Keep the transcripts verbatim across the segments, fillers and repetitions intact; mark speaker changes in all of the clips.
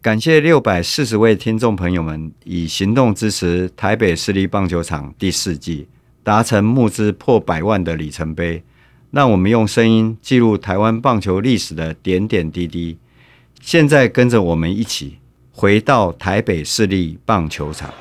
Speaker 1: 感谢六百四十位听众朋友们以行动支持台北市立棒球场第四季，达成募资破百万的里程碑。让我们用声音记录台湾棒球历史的点点滴滴。现在跟着我们一起回到台北市立棒球场。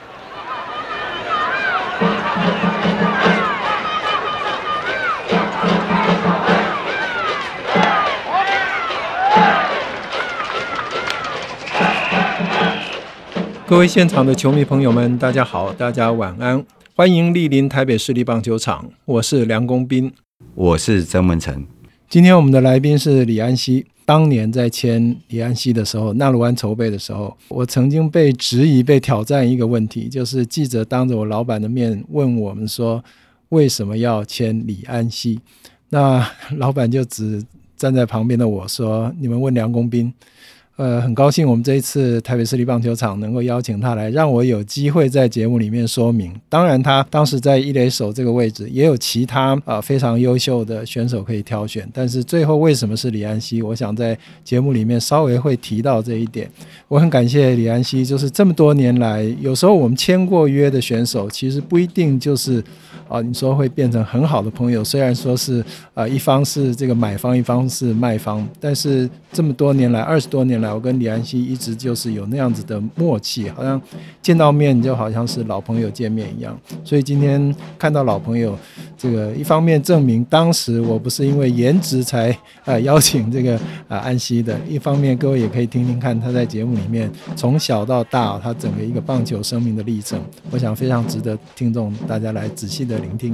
Speaker 2: 各位现场的球迷朋友们，大家好，大家晚安，欢迎莅临台北市立棒球场，我是梁公斌，
Speaker 1: 我是曾文成。
Speaker 2: 今天我们的来宾是李安熙。当年在签李安熙的时候，纳鲁湾筹备的时候，我曾经被质疑、被挑战一个问题，就是记者当着我老板的面问我们说，为什么要签李安熙？那老板就只站在旁边的我说，你们问梁公斌。呃，很高兴我们这一次台北市立棒球场能够邀请他来，让我有机会在节目里面说明。当然他当时在一垒手这个位置也有其他、呃、非常优秀的选手可以挑选，但是最后为什么是李安熙，我想在节目里面稍微会提到这一点。我很感谢李安熙，就是这么多年来，有时候我们签过约的选手其实不一定就是啊，你说会变成很好的朋友，虽然说是呃一方是这个买方，一方是卖方，但是这么多年来，二十多年来，我跟李安熙一直就是有那样子的默契，好像见到面就好像是老朋友见面一样。所以今天看到老朋友，这个一方面证明当时我不是因为颜值才呃邀请这个呃安熙的，一方面各位也可以听听看他在节目里面从小到大他整个一个棒球生命的历程，我想非常值得听众大家来仔细的聆听。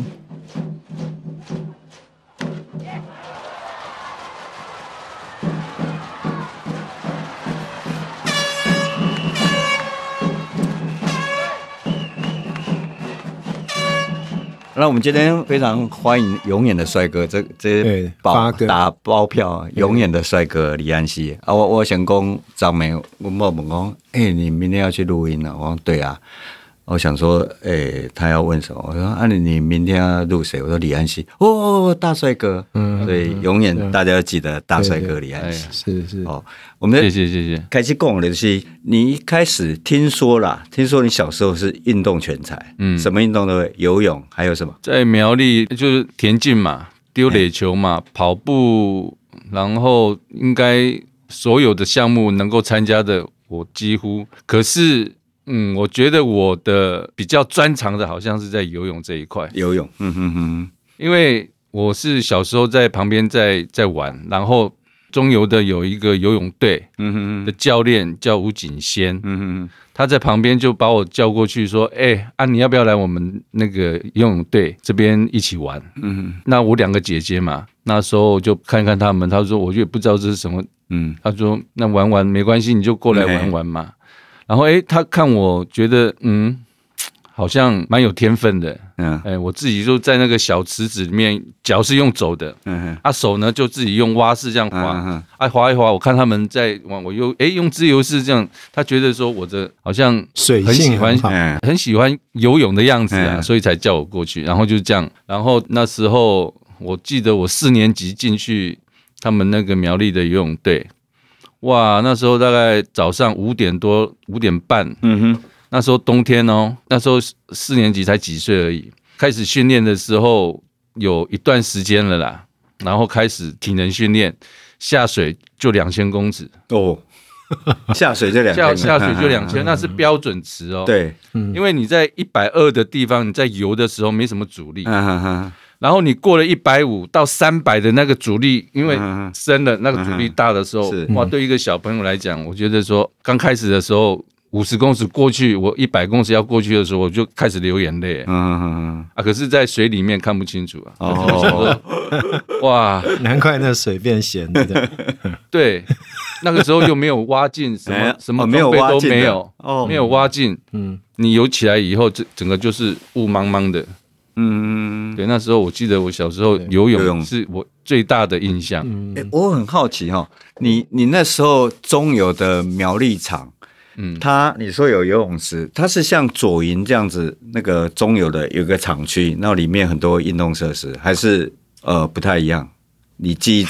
Speaker 1: 那我们今天非常欢迎永远的帅哥，这这包打包票永远的帅哥李安熙啊！我我想讲，昨暝我某问讲，哎、欸，你明天要去录音了？我说对啊。我想说，哎、欸，他要问什么？我说啊，你你明天要录谁？我说李安熙。哦，大帅哥。嗯，所以永远大家要记得大帅哥李安熙。
Speaker 2: 是是。
Speaker 1: 哦，我们
Speaker 3: 谢谢谢谢。
Speaker 1: 开始讲的是，你一开始听说啦，听说你小时候是运动全才，嗯，什么运动都会，游泳还有什么？
Speaker 3: 在苗栗就是田径嘛，丢垒球嘛，欸、跑步，然后应该所有的项目能够参加的，我几乎。可是。嗯，我觉得我的比较专长的好像是在游泳这一块。
Speaker 1: 游泳，嗯哼哼，
Speaker 3: 因为我是小时候在旁边在在玩，然后中游的有一个游泳队的教练叫吴景先，嗯哼，他在旁边就把我叫过去说，哎、欸、啊，你要不要来我们那个游泳队这边一起玩？嗯哼，那我两个姐姐嘛，那时候就看看他们，他说我也不知道这是什么，嗯，他说那玩玩没关系，你就过来玩玩嘛。然后哎，他看我觉得嗯，好像蛮有天分的，嗯，哎，我自己就在那个小池子里面，脚是用走的，嗯，啊手呢就自己用蛙式这样滑，嗯，啊滑一滑，我看他们在玩，我又哎用自由式这样，他觉得说我的好像很喜欢，很喜欢游泳的样子啊，所以才叫我过去，然后就这样，然后那时候我记得我四年级进去他们那个苗栗的游泳队。哇，那时候大概早上五点多、五点半，嗯哼，那时候冬天哦，那时候四年级才几岁而已。开始训练的时候有一段时间了啦，然后开始体能训练，下水就两千公尺
Speaker 1: 哦，下水就两千，
Speaker 3: 下下水就两千，那是标准值哦。
Speaker 1: 对，
Speaker 3: 因为你在一百二的地方，你在游的时候没什么阻力。然后你过了一百五十到三百的那个阻力，因为深了那个阻力大的时候，哇，对一个小朋友来讲，我觉得说刚开始的时候五十公尺过去，我一百公尺要过去的时候，我就开始流眼泪。嗯嗯嗯啊，可是在水里面看不清楚啊。哦，哇，
Speaker 2: 难怪那水变咸的。
Speaker 3: 对，那个时候又没有蛙镜，什么什么装备都没有，没有蛙镜。嗯，你游起来以后，整整个就是雾茫茫的。嗯，对，那时候我记得我小时候游泳是我最大的印象。
Speaker 1: 欸、我很好奇哈、哦，你你那时候中游的苗栗场，嗯，它你说有游泳池，它是像左营这样子，那个中游的有一个场区，然后里面很多运动设施，还是呃不太一样？你记忆中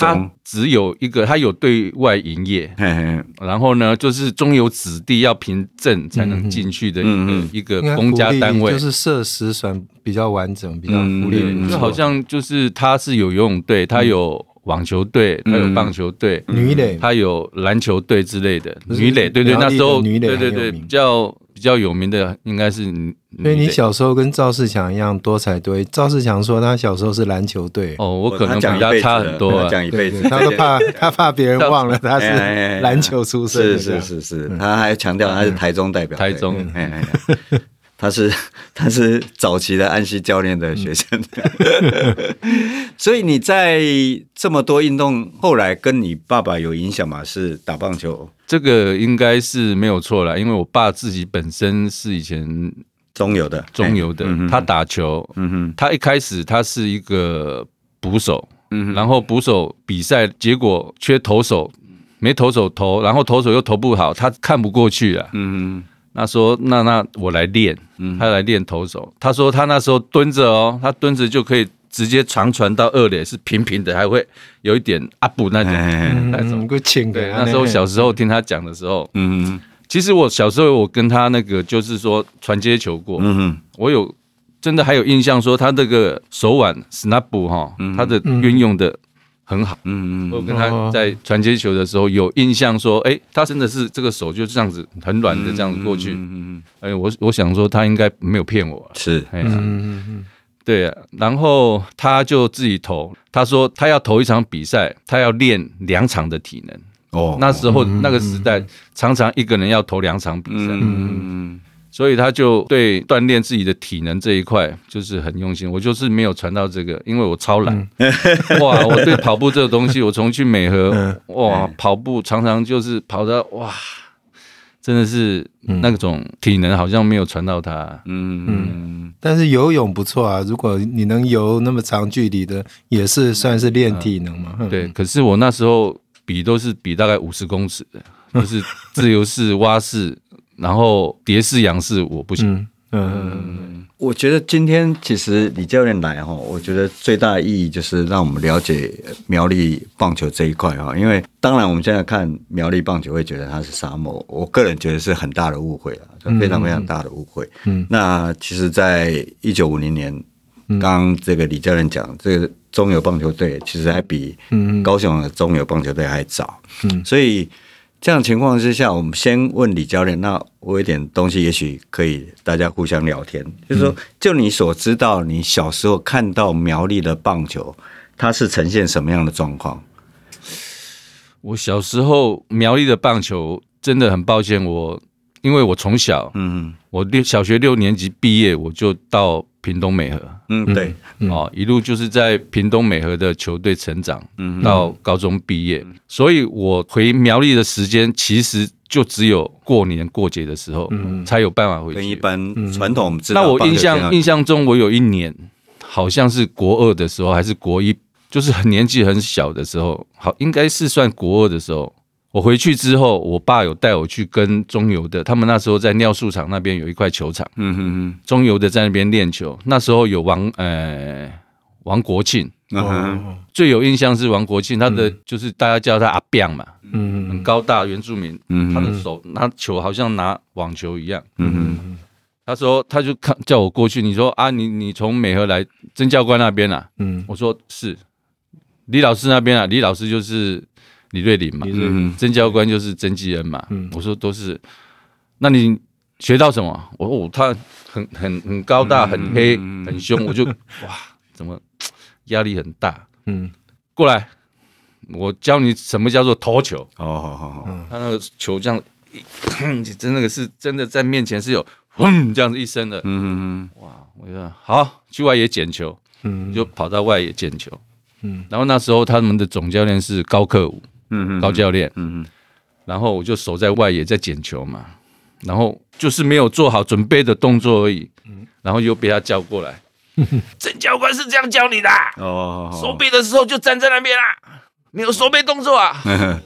Speaker 3: 只有一个，他有对外营业，嘿嘿然后呢，就是中油子弟要凭证才能进去的一个、嗯、一个公家单位，
Speaker 2: 就是设施算比较完整，比较福利、嗯，
Speaker 3: 就好像就是他是有游泳队，他有网球队，他有棒球队，
Speaker 2: 女垒，
Speaker 3: 他有篮球队之类的，女垒，对对，那时候对对对比较比较有名的应该是。
Speaker 2: 所以你小时候跟赵世强一样多才多艺。赵世强说他小时候是篮球队，
Speaker 3: 哦，我可能比他差很多、啊，
Speaker 1: 讲一辈子，
Speaker 2: 他都怕他怕别人忘了他是篮球出身的，
Speaker 1: 是是是是，他还强调他是台中代表，
Speaker 3: 台中，
Speaker 1: 哎哎他是他是早期的安西教练的学生，嗯、所以你在这么多运动，后来跟你爸爸有影响吗？是打棒球，
Speaker 3: 这个应该是没有错啦，因为我爸自己本身是以前
Speaker 1: 中游的，
Speaker 3: 中游的，
Speaker 1: 嗯、
Speaker 3: 他打球，嗯哼，他一开始他是一个捕手，嗯，然后捕手比赛结果缺投手，没投手投，然后投手又投不好，他看不过去啊，嗯哼。他说：“那那我来练，嗯、他来练投手。他说他那时候蹲着哦，他蹲着就可以直接长传到二垒，是平平的，还会有一点阿布那种、嗯、那种。对，那时候小时候听他讲的时候，嗯，其实我小时候我跟他那个就是说传接球过，嗯我有真的还有印象说他这个手腕 snap 哈，他的运用的。”很好，嗯嗯，我跟他在传接球的时候有印象说，哎、欸，他真的是这个手就这样子很软的这样子过去，嗯嗯哎、欸，我我想说他应该没有骗我，
Speaker 1: 是，
Speaker 3: 哎呀、啊，嗯嗯对啊，然后他就自己投，他说他要投一场比赛，他要练两场的体能，哦，那时候、嗯、那个时代常常一个人要投两场比赛，嗯嗯嗯。所以他就对锻炼自己的体能这一块就是很用心，我就是没有传到这个，因为我超懒。嗯、哇，我对跑步这个东西，我从去美和，哇，跑步常常就是跑到哇，真的是那种体能好像没有传到他。嗯
Speaker 2: 嗯，但是游泳不错啊，如果你能游那么长距离的，也是算是练体能嘛。
Speaker 3: 嗯、对，可是我那时候比都是比大概五十公尺的，就是自由式、蛙式。然后蝶式、仰式我不行。嗯
Speaker 1: 嗯，我觉得今天其实李教练来哈，我觉得最大的意义就是让我们了解苗栗棒球这一块哈。因为当然我们现在看苗栗棒球会觉得它是沙漠，我个人觉得是很大的误会了，非常非常大的误会。嗯，那其实，在一九五零年，刚刚这个李教练讲，这个中油棒球队其实还比高雄的中油棒球队还早。嗯，所以。这样的情况之下，我们先问李教练。那我有点东西，也许可以大家互相聊天。就是说，就你所知道，你小时候看到苗栗的棒球，它是呈现什么样的状况？
Speaker 3: 我小时候苗栗的棒球真的很抱歉，我因为我从小，嗯，我六小学六年级毕业，我就到屏东美和，
Speaker 1: 嗯，对，
Speaker 3: 嗯、哦，一路就是在屏东美和的球队成长，嗯，到高中毕业，嗯、所以我回苗栗的时间其实就只有过年过节的时候，嗯，才有办法回去。
Speaker 1: 跟一般传统我们知道，
Speaker 3: 那我印象印象中，我有一年好像是国二的时候，还是国一，就是很年纪很小的时候，好，应该是算国二的时候。我回去之后，我爸有带我去跟中油的，他们那时候在尿素场那边有一块球场，嗯哼哼，中油的在那边练球。那时候有王呃王国庆，哦、最有印象是王国庆，他的、嗯、就是大家叫他阿扁嘛，嗯，很高大原住民，嗯，他的手拿球好像拿网球一样，嗯哼，他说他就看叫我过去，你说啊你你从美和来曾教官那边啊，嗯，我说是，李老师那边啊，李老师就是。李瑞麟嘛，曾教官就是曾纪恩嘛，嗯、我说都是。那你学到什么？我说、哦、他很很很高大，很黑，嗯、很凶，我就哇，怎么压力很大？嗯，过来，我教你什么叫做投球。哦，好好好，他那个球这样，真那个是真的在面前是有轰这样子一声的。嗯嗯嗯，哇，我说好，去外野捡球，嗯，就跑到外野捡球。嗯，然后那时候他们的总教练是高克武。嗯，高教练，嗯嗯，然后我就守在外野在捡球嘛，然后就是没有做好准备的动作而已，嗯，然后又被他叫过来，曾教官是这样教你的，哦，守备的时候就站在那边啦，没有守备动作啊，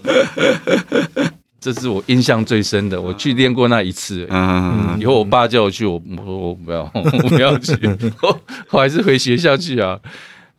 Speaker 3: 这是我印象最深的，我去练过那一次，嗯，以后我爸叫我去，我我说我不要，我不要去，我还是回学校去啊，哎。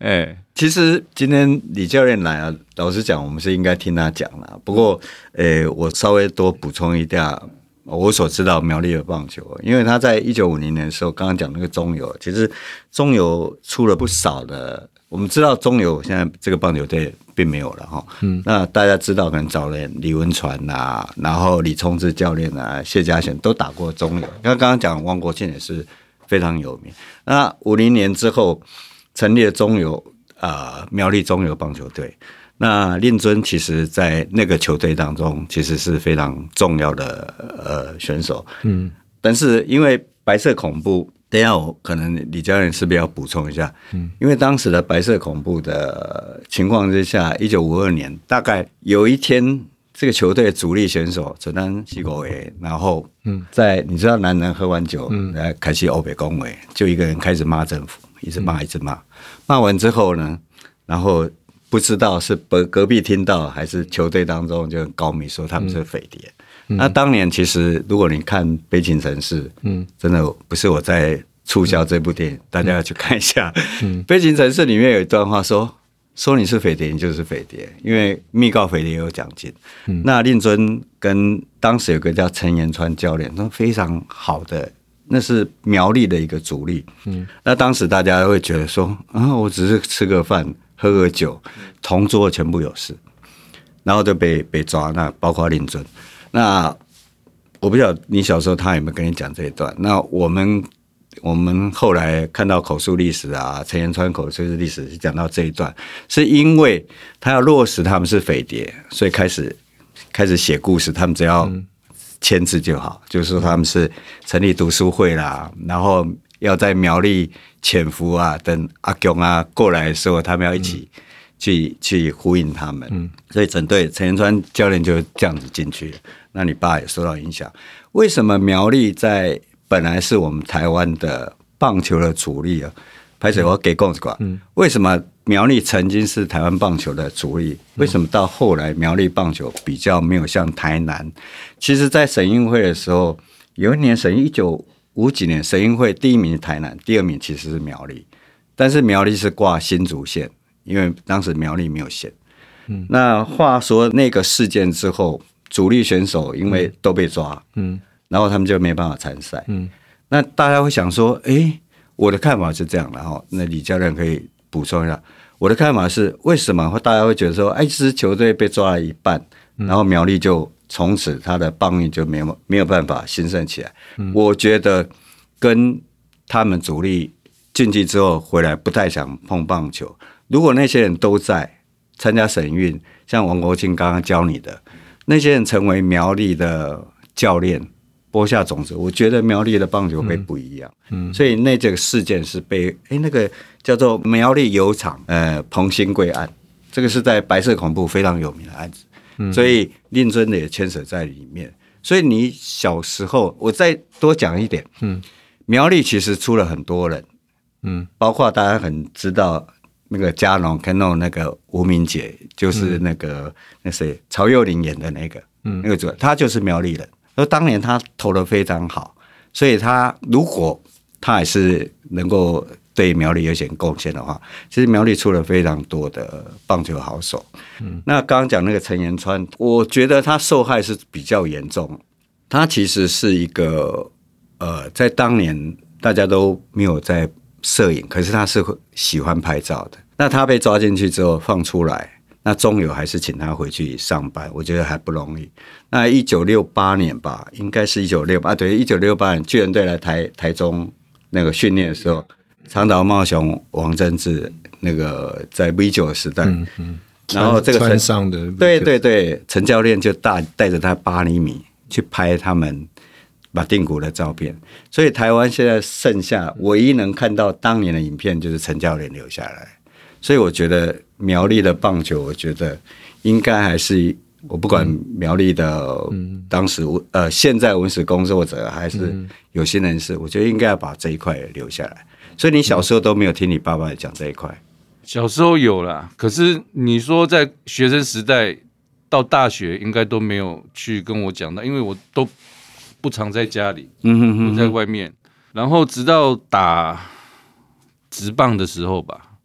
Speaker 1: 其实今天李教练来啊，老实讲，我们是应该听他讲啦。不过，诶、欸，我稍微多补充一下我所知道苗栗的棒球，因为他在一九五零年的时候，刚刚讲那个中游，其实中游出了不少的。我们知道中游现在这个棒球队并没有了哈，嗯，那大家知道可能早年李文传啊，然后李聪志教练啊，谢家贤都打过中游。因为刚刚讲王国庆也是非常有名。那五零年之后成立了中游。呃，苗栗中游棒球队，那令尊其实在那个球队当中，其实是非常重要的呃选手。嗯，但是因为白色恐怖，等一下我可能李教练是不是要补充一下？嗯，因为当时的白色恐怖的情况之下，一九五二年大概有一天，这个球队主力选手陈丹西国伟，然后嗯，在你知道男人喝完酒，嗯，来开始欧北恭维，就一个人开始骂政府。一直骂，一直骂，骂完之后呢，然后不知道是隔隔壁听到还是球队当中就很高明说他们是匪谍。嗯、那当年其实如果你看《悲情城市》，嗯，真的不是我在促销这部电影，嗯、大家要去看一下。嗯，《悲情城市》里面有一段话说：“说你是匪谍，你就是匪谍，因为密告匪谍有奖金。嗯”那令尊跟当时有个叫陈延川教练，都非常好的。那是苗栗的一个主力，嗯，那当时大家会觉得说，啊，我只是吃个饭、喝个酒，同桌全部有事，然后就被被抓，那包括令尊。那我不知道你小时候他有没有跟你讲这一段？那我们我们后来看到口述历史啊，陈延川口述历史是讲到这一段，是因为他要落实他们是匪谍，所以开始开始写故事，他们只要。嗯签字就好，就是说他们是成立读书会啦，然后要在苗栗潜伏啊，等阿公啊过来的时候，他们要一起去、嗯、去呼应他们。嗯，所以整队陈延川教练就这样子进去了。那你爸也受到影响。为什么苗栗在本来是我们台湾的棒球的主力啊？拍水我给讲一下，为什么苗栗曾经是台湾棒球的主力？为什么到后来苗栗棒球比较没有像台南？其实，在省运会的时候，有一年省一九五几年省运会第一名是台南，第二名其实是苗栗，但是苗栗是挂新竹县，因为当时苗栗没有县。嗯，那话说那个事件之后，主力选手因为都被抓，嗯，然后他们就没办法参赛。嗯，那大家会想说，哎。我的看法是这样的哈，那李教练可以补充一下。我的看法是，为什么大家会觉得说，哎，这支球队被抓了一半，然后苗栗就从此他的棒运就没有没有办法兴盛起来？嗯、我觉得跟他们主力竞技之后回来不太想碰棒球。如果那些人都在参加省运，像王国庆刚刚教你的那些人成为苗栗的教练。播下种子，我觉得苗栗的棒球会不一样，嗯，嗯所以那这个事件是被哎那个叫做苗栗油厂呃彭新贵案，这个是在白色恐怖非常有名的案子，嗯，所以令尊的也牵扯在里面。所以你小时候，我再多讲一点，嗯，苗栗其实出了很多人，嗯，包括大家很知道那个嘉农跟那那个吴明杰，就是那个、嗯、那谁曹佑林演的那个，嗯，那个主他就是苗栗人。而当年他投得非常好，所以他如果他还是能够对苗栗有些贡献的话，其实苗栗出了非常多的棒球好手。嗯，那刚刚讲那个陈延川，我觉得他受害是比较严重。他其实是一个呃，在当年大家都没有在摄影，可是他是喜欢拍照的。那他被抓进去之后放出来。那中友还是请他回去上班，我觉得还不容易。那一九六八年吧，应该是一九六八，对，一九六八年巨人队来台台中那个训练的时候，长岛茂雄、王贞治那个在 V 九 的时代，嗯嗯，然后这个
Speaker 2: 穿上的，
Speaker 1: 对对对，陈教练就带带着他八厘米去拍他们马丁谷的照片，所以台湾现在剩下唯一能看到当年的影片，就是陈教练留下来。所以我觉得苗栗的棒球，我觉得应该还是我不管苗栗的当时呃现在文史工作者还是有心人士，我觉得应该要把这一块留下来。所以你小时候都没有听你爸爸讲这一块？
Speaker 3: 小时候有啦，可是你说在学生时代到大学应该都没有去跟我讲的，因为我都不常在家里，嗯哼哼，我在外面。然后直到打职棒的时候吧。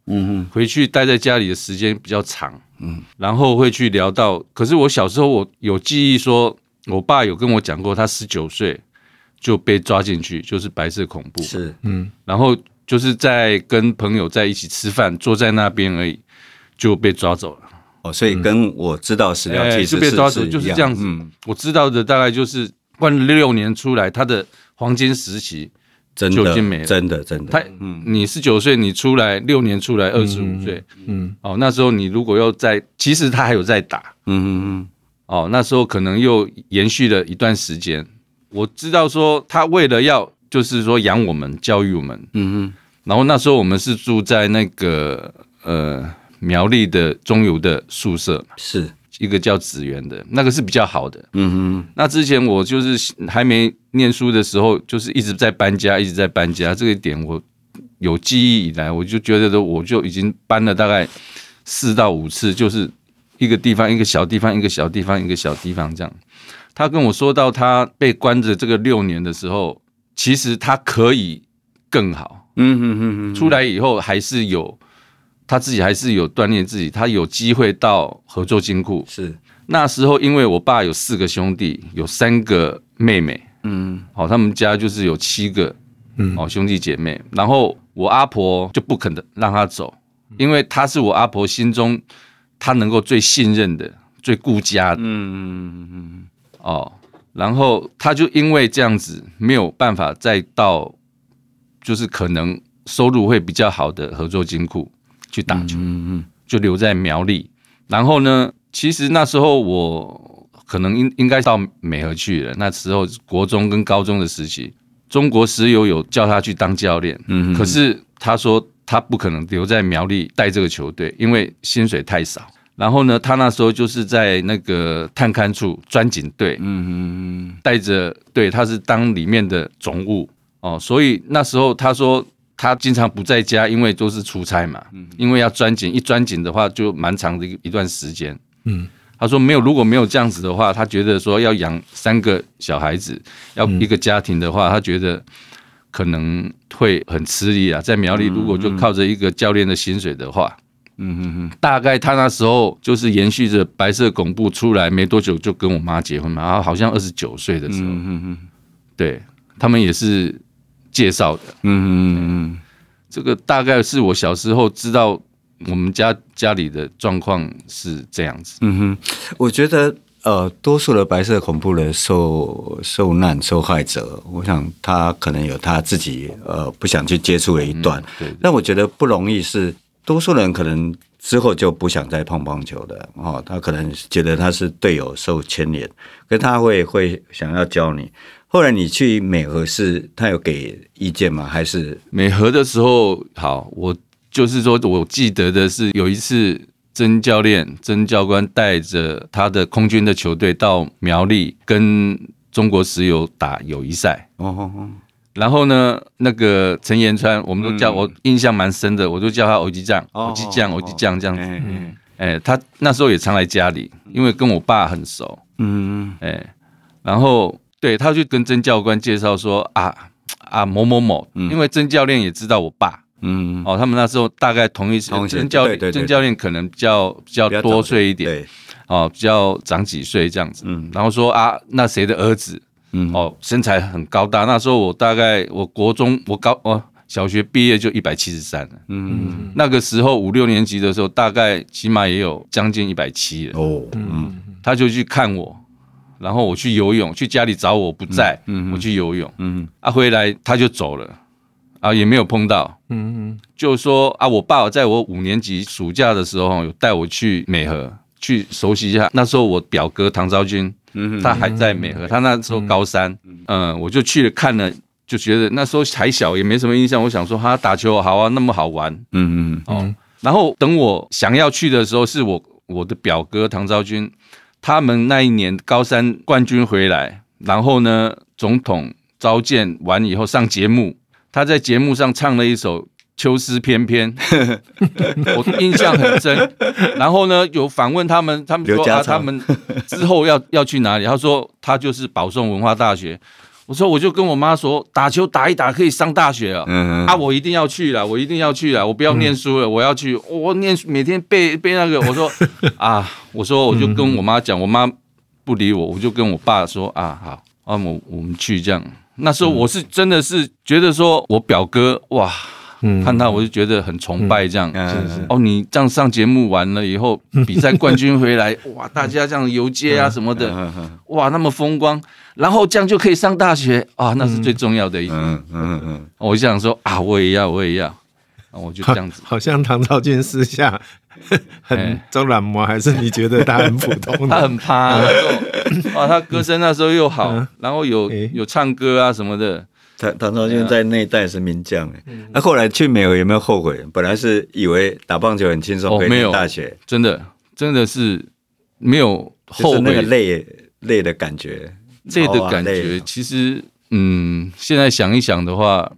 Speaker 3: 嗯哼，回去待在家里的时间比较长，嗯，然后会去聊到，可是我小时候我有记忆说，我爸有跟我讲过，他十九岁就被抓进去，就是白色恐怖，
Speaker 1: 是，
Speaker 3: 嗯，然后就是在跟朋友在一起吃饭，坐在那边而已，就被抓走了。
Speaker 1: 哦，所以跟我知道史料其实是、
Speaker 3: 欸、就被抓走，就是这样子。嗯、我知道的大概就是关了六年出来，他的黄金时期就已经没了，
Speaker 1: 真的真的。他，
Speaker 3: 嗯，你十九岁，你出来六年出来二十五岁，嗯，哦，那时候你如果要再，其实他还有在打，嗯嗯嗯，哦，那时候可能又延续了一段时间。我知道说他为了要就是说养我们、教育我们，嗯嗯，然后那时候我们是住在那个呃。苗栗的中油的宿舍
Speaker 1: 是
Speaker 3: 一个叫紫园的，那个是比较好的。嗯哼，那之前我就是还没念书的时候，就是一直在搬家，一直在搬家。这个点我有记忆以来，我就觉得我就已经搬了大概四到五次，就是一个地方一个小地方，一个小地方一个小地方这样。他跟我说到他被关着这个六年的时候，其实他可以更好。嗯哼哼哼，出来以后还是有。他自己还是有锻炼自己，他有机会到合作金库。
Speaker 1: 是
Speaker 3: 那时候，因为我爸有四个兄弟，有三个妹妹，嗯，好，他们家就是有七个，嗯，哦，兄弟姐妹。然后我阿婆就不肯让他走，因为他是我阿婆心中他能够最信任的、最顾家的，嗯嗯嗯，哦，然后他就因为这样子没有办法再到，就是可能收入会比较好的合作金库。去打球，嗯嗯，就留在苗栗。然后呢，其实那时候我可能应应该到美和去了。那时候国中跟高中的时期，中国石油有叫他去当教练，嗯，可是他说他不可能留在苗栗带这个球队，因为薪水太少。然后呢，他那时候就是在那个探勘处专警队，嗯嗯，带着队，他是当里面的总务哦，所以那时候他说。他经常不在家，因为都是出差嘛。嗯、因为要专警，一专警的话就蛮长的一段时间。嗯，他说没有，如果没有这样子的话，他觉得说要养三个小孩子，要一个家庭的话，他觉得可能会很吃力啊。在苗栗，如果就靠着一个教练的薪水的话，嗯哼哼，大概他那时候就是延续着白色恐怖出来没多久就跟我妈结婚嘛，然后好像二十九岁的时候，嗯哼哼，对他们也是。介绍的，嗯嗯嗯，这个大概是我小时候知道我们家家里的状况是这样子。
Speaker 1: 嗯哼，我觉得呃，多数的白色恐怖的受受难受害者，我想他可能有他自己呃不想去接触的一段，嗯、对对，但我觉得不容易是多数人可能之后就不想再碰棒球的哦，他可能觉得他是队友受牵连，可是他会会想要教你。后来你去美和市，他有给意见吗？还是
Speaker 3: 美和的时候，好，我就是说我记得的是有一次曾教练、曾教官带着他的空军的球队到苗栗跟中国石油打友谊赛。哦哦哦。然后呢，那个陈延川，我们都叫、嗯、我印象蛮深的，我都叫他欧吉酱、欧吉酱、欧吉酱这样子。哎、嗯欸，他那时候也常来家里，因为跟我爸很熟。嗯嗯。哎、欸，然后。对，他就跟曾教官介绍说啊啊某某某，嗯、因为曾教练也知道我爸，嗯哦，他们那时候大概同一时，曾教练曾教练可能比较比较多岁一点，对，哦，比较长几岁这样子，嗯，然后说啊，那谁的儿子，嗯哦，身材很高大，那时候我大概我国中我高哦小学毕业就一百七十三了，嗯，那个时候五六年级的时候，大概起码也有将近一百七了，哦，嗯，他就去看我。然后我去游泳，去家里找我不在，嗯嗯、我去游泳，嗯、啊回来他就走了，啊也没有碰到，嗯嗯、就说啊我爸在我五年级暑假的时候有带我去美和去熟悉一下，那时候我表哥唐昭君，嗯、他还在美和，他那时候高三，嗯，嗯我就去了看了，就觉得那时候还小也没什么印象，我想说他打球好啊，那么好玩，嗯嗯哦，然后等我想要去的时候，是我我的表哥唐昭君。他们那一年高三冠军回来，然后呢，总统召见完以后上节目，他在节目上唱了一首《秋思翩翩》，我印象很深。然后呢，有访问他们，他们说啊，他们之后要要去哪里？他说他就是保送文化大学。 我说我就跟我妈说，打球打一打可以上大学啊，嗯、啊，我一定要去了，我一定要去了，我不要念书了，嗯、我要去，我念每天背背那个，我说啊，我说我就跟我妈讲，我妈不理我，我就跟我爸说啊，好，啊，我我们去这样。那时候我是真的是觉得说我表哥哇。嗯，看他我就觉得很崇拜这样，嗯嗯嗯、哦，你这样上节目完了以后，比赛冠军回来，哇，大家这样游街啊什么的，嗯嗯、哇，那么风光，然后这样就可以上大学啊，那是最重要的一点。嗯嗯嗯，我就想说啊，我也要，我也要，我就这样子。
Speaker 4: 好, 好像唐昭君私下很中软吗？还是你觉得他很普通？
Speaker 3: 他很趴，哇，他歌声那时候又好，然后有有唱歌啊什么的。
Speaker 1: 唐唐昭君在那一代是名将哎，那、啊、后来去美国有没有后悔？本来是以为打棒球很轻松，可以进大学、哦，
Speaker 3: 真的真的是没有后悔，
Speaker 1: 就是那个累累的感觉，
Speaker 3: 累的感觉。其实，嗯，现在想一想的话，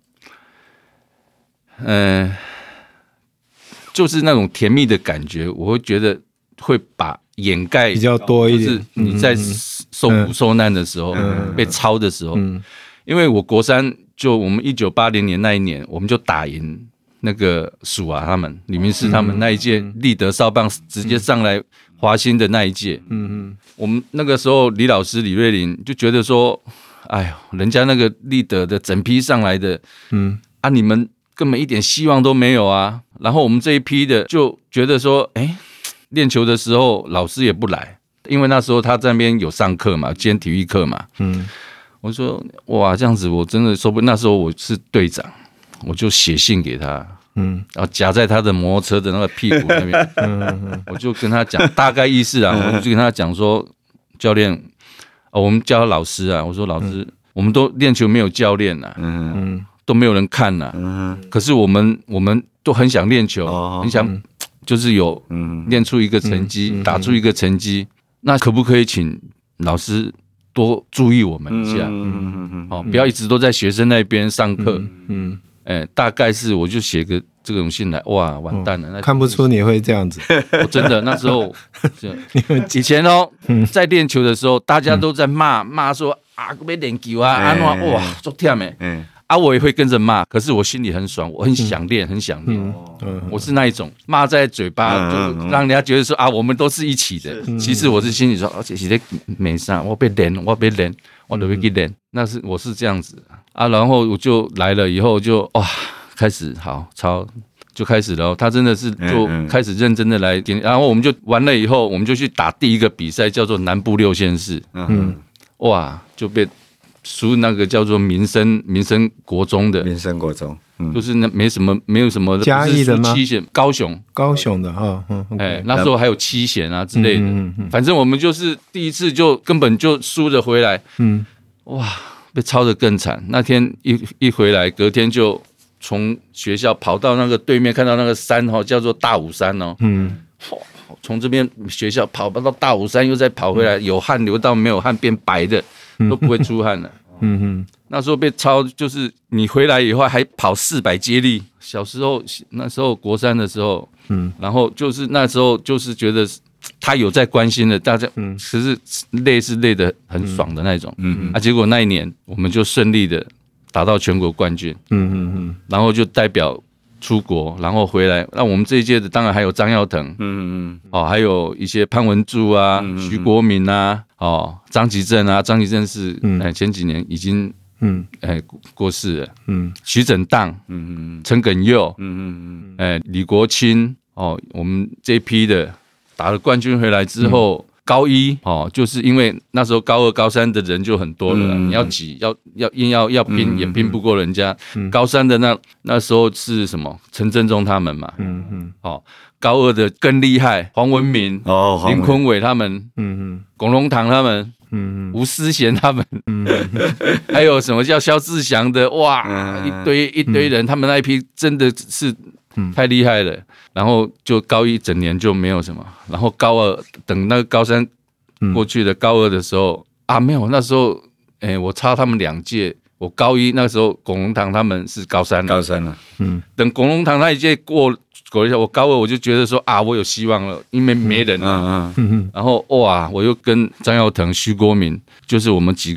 Speaker 3: 嗯、呃，就是那种甜蜜的感觉，我会觉得会把掩盖
Speaker 4: 比较多一点。
Speaker 3: 就是你在受苦受难的时候，嗯、被操的时候。嗯因为我国三就我们一九八零年那一年，我们就打赢那个蜀啊他们李明士他们那一届立德少棒直接上来华兴的那一届，嗯嗯，我们那个时候李老师李瑞麟就觉得说，哎呦，人家那个立德的整批上来的，嗯啊，你们根本一点希望都没有啊。然后我们这一批的就觉得说，哎，练球的时候老师也不来，因为那时候他这边有上课嘛，兼体育课嘛，嗯。我说哇，这样子我真的受不了。那时候我是队长，我就写信给他，嗯，然后夹在他的摩托车的那个屁股那边，嗯，我就跟他讲大概意思啊，我就跟他讲说，教练，哦，我们叫他老师啊，我说老师，嗯、我们都练球没有教练呐，嗯嗯，都没有人看呐，嗯，可是我们我们都很想练球，哦、很想就是有练出一个成绩，嗯、打出一个成绩，那可不可以请老师？多注意我们一下，嗯嗯嗯哦，不要一直都在学生那边上课，嗯，哎、欸，大概是我就写个这种信来，哇，完蛋了，那
Speaker 4: 看不出你会这样子，
Speaker 3: 我真的那时候，以前哦，在练球的时候，大家都在骂骂说啊，要练球啊，安怎哇，足忝的，嗯。啊，我也会跟着骂，可是我心里很爽，我很想练，很想练。嗯嗯、我是那一种骂在嘴巴，就让人家觉得说啊，我们都是一起的。嗯、其实我是心里说，而且是在没啥，我被练，我被练，我都会去练。那是我是这样子啊，然后我就来了以后就哇，开始好操，就开始了。他真的是就开始认真的来点，然后我们就完了以后，我们就去打第一个比赛，叫做南部六县市。嗯，哇，就被。输那个叫做民生民生国中的
Speaker 1: 民生国中，
Speaker 3: 嗯、就是那没什么没有什么
Speaker 4: 嘉义的吗？
Speaker 3: 七贤高雄
Speaker 4: 高雄的哈，嗯，
Speaker 3: 哎、欸，那时候还有七贤啊之类的，嗯嗯嗯、反正我们就是第一次就根本就输了回来，嗯，哇，被抄得更惨。那天一一回来，隔天就从学校跑到那个对面，看到那个山哈，叫做大武山哦，嗯，从这边学校跑到大武山，又再跑回来，有汗流到没有汗变白的。都不会出汗了。嗯哼，那时候被抄，就是你回来以后还跑四百接力。小时候那时候国三的时候，嗯，然后就是那时候就是觉得他有在关心的，大家，嗯，可是累是累得很爽的那种，嗯嗯，啊，结果那一年我们就顺利的打到全国冠军，嗯嗯嗯，然后就代表出国，然后回来。那我们这一届的当然还有张耀腾，嗯嗯，哦，还有一些潘文柱啊、嗯、徐国民啊。哦，张吉正啊，张吉正是、嗯欸、前几年已经嗯哎、欸、过世了，嗯，徐整当，嗯嗯，陈耿佑，嗯嗯嗯，哎、欸、李国清，哦，我们这一批的打了冠军回来之后，嗯、高一哦，就是因为那时候高二、高三的人就很多了，嗯、你要挤，要要硬要要拼、嗯、也拼不过人家。嗯、高三的那那时候是什么？陈振中他们嘛，嗯嗯，哦。高二的更厉害，黄文明、哦、林坤伟他们，嗯嗯，龚龙堂他们，嗯嗯，吴思贤他们，嗯，还有什么叫萧志祥的，哇，嗯、一堆一堆人，嗯、他们那一批真的是太厉害了。然后就高一整年就没有什么，然后高二等那个高三过去的高二的时候、嗯、啊，没有，那时候，哎、欸，我差他们两届。我高一那时候，龚龙堂他们是高三了，
Speaker 1: 高三了。嗯，等
Speaker 3: 龚龙堂那一届过过一下，我高二我就觉得说啊，我有希望了，因为没人了。嗯嗯嗯。然后哇，我又跟张耀腾、徐国民，就是我们几个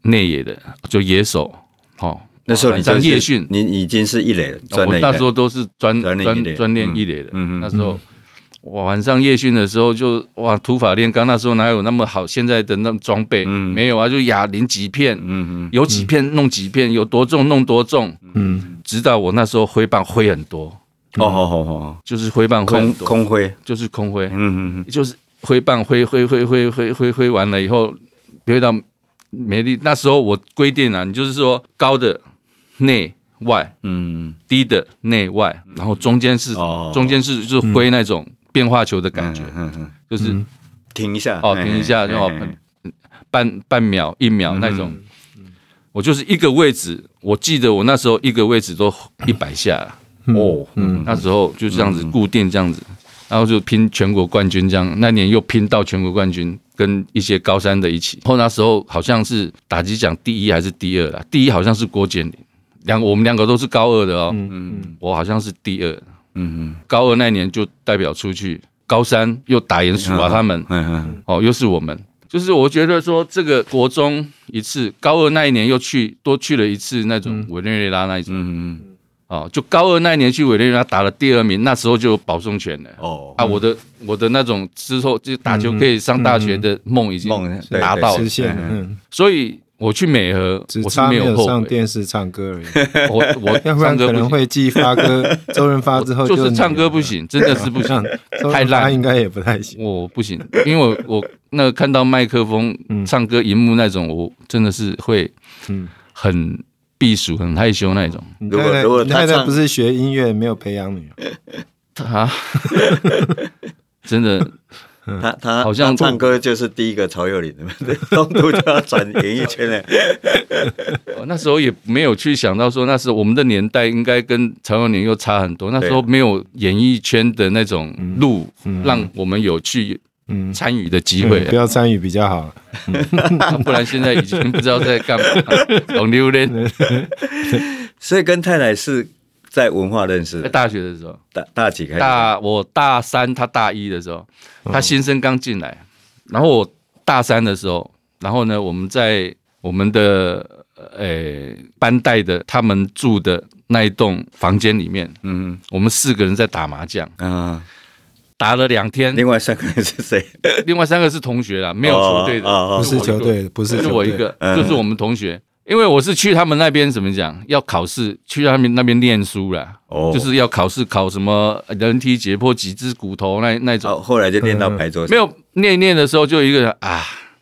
Speaker 3: 内野的，就野手，哦，
Speaker 1: 那时候你就是
Speaker 3: 夜训，
Speaker 1: 你已经是一垒了，
Speaker 3: 哦、我那时候都是专专专练一垒的，
Speaker 1: 嗯嗯，
Speaker 3: 那时候。我晚上夜训的时候就哇土法炼钢，那时候哪有那么好现在的那种装备？嗯，没有啊，就哑铃几片，嗯嗯，有几片弄几片，有多重弄多重，嗯，直到我那时候挥棒挥很多，
Speaker 1: 哦哦哦哦，
Speaker 3: 就是挥棒挥
Speaker 1: 空空挥，
Speaker 3: 就是空挥，
Speaker 1: 嗯嗯，
Speaker 3: 就是挥棒挥挥挥挥挥挥挥完了以后，挥到没力。那时候我规定啊，你就是说高的内外，嗯，低的内外，然后中间是、哦、中间是就是挥那种。变化球的感觉，嗯嗯，就是、嗯、
Speaker 1: 停一下，
Speaker 3: 哦，停一下，然后半半秒、一秒那种。嗯、我就是一个位置，我记得我那时候一个位置都一百下，嗯、哦，嗯，那时候就这样子固定这样子，然后就拼全国冠军这样。那年又拼到全国冠军，跟一些高三的一起。后那时候好像是打击奖第一还是第二啦？第一好像是郭建霖，两我们两个都是高二的哦，嗯嗯，我好像是第二。嗯嗯，高二那年就代表出去，高三又打赢蜀华他们，嗯嗯，哦，又是我们，就是我觉得说这个国中一次，高二那一年又去多去了一次那种委内瑞拉那一种，嗯嗯，哦，就高二那一年去委内瑞拉打了第二名，那时候就有保送权了，哦，啊，我的我的那种之后就打球可以上大学的梦已经达到了，实现了，嗯，所以。我去美和，
Speaker 4: 只差没有上电视唱歌而已。
Speaker 3: 我我
Speaker 4: 要不然可能会继发哥周润发之后就，
Speaker 3: 就是唱歌不行，真的是不行，太烂，
Speaker 4: 应该也不太行。
Speaker 3: 我不行，因为我我那个看到麦克风、唱歌、荧幕那种，我真的是会很避暑、很害羞那种。
Speaker 4: 如果如果太太不是学音乐，没有培养你
Speaker 3: 啊，真的。
Speaker 1: 他他好像唱歌就是第一个曹佑霖的，中途就要转演艺圈了。
Speaker 3: 那时候也没有去想到说，那时候我们的年代应该跟曹佑霖又差很多。那时候没有演艺圈的那种路，让我们有去参与的机会。
Speaker 4: 不要参与比较好，
Speaker 3: 不然现在已经不知道在干嘛，懂榴莲。
Speaker 1: 所以跟太太是。在文化认识，
Speaker 3: 在大学的时候，
Speaker 1: 大大几开始？
Speaker 3: 大我大三，他大一的时候，他新生刚进来，然后我大三的时候，然后呢，我们在我们的呃班代的他们住的那一栋房间里面，嗯，我们四个人在打麻将，嗯，打了两天。
Speaker 1: 另外三个人是谁？
Speaker 3: 另外三个是同学啦，没有球队的，
Speaker 4: 哦哦、不是球队，不是，
Speaker 3: 就我一个，嗯、就是我们同学。因为我是去他们那边怎么讲，要考试，去他们那边念书啦，哦，就是要考试，考什么人体解剖几只骨头那那种。
Speaker 1: 哦，后来就练到牌桌上。
Speaker 3: 没有念一念的时候，就一个人啊，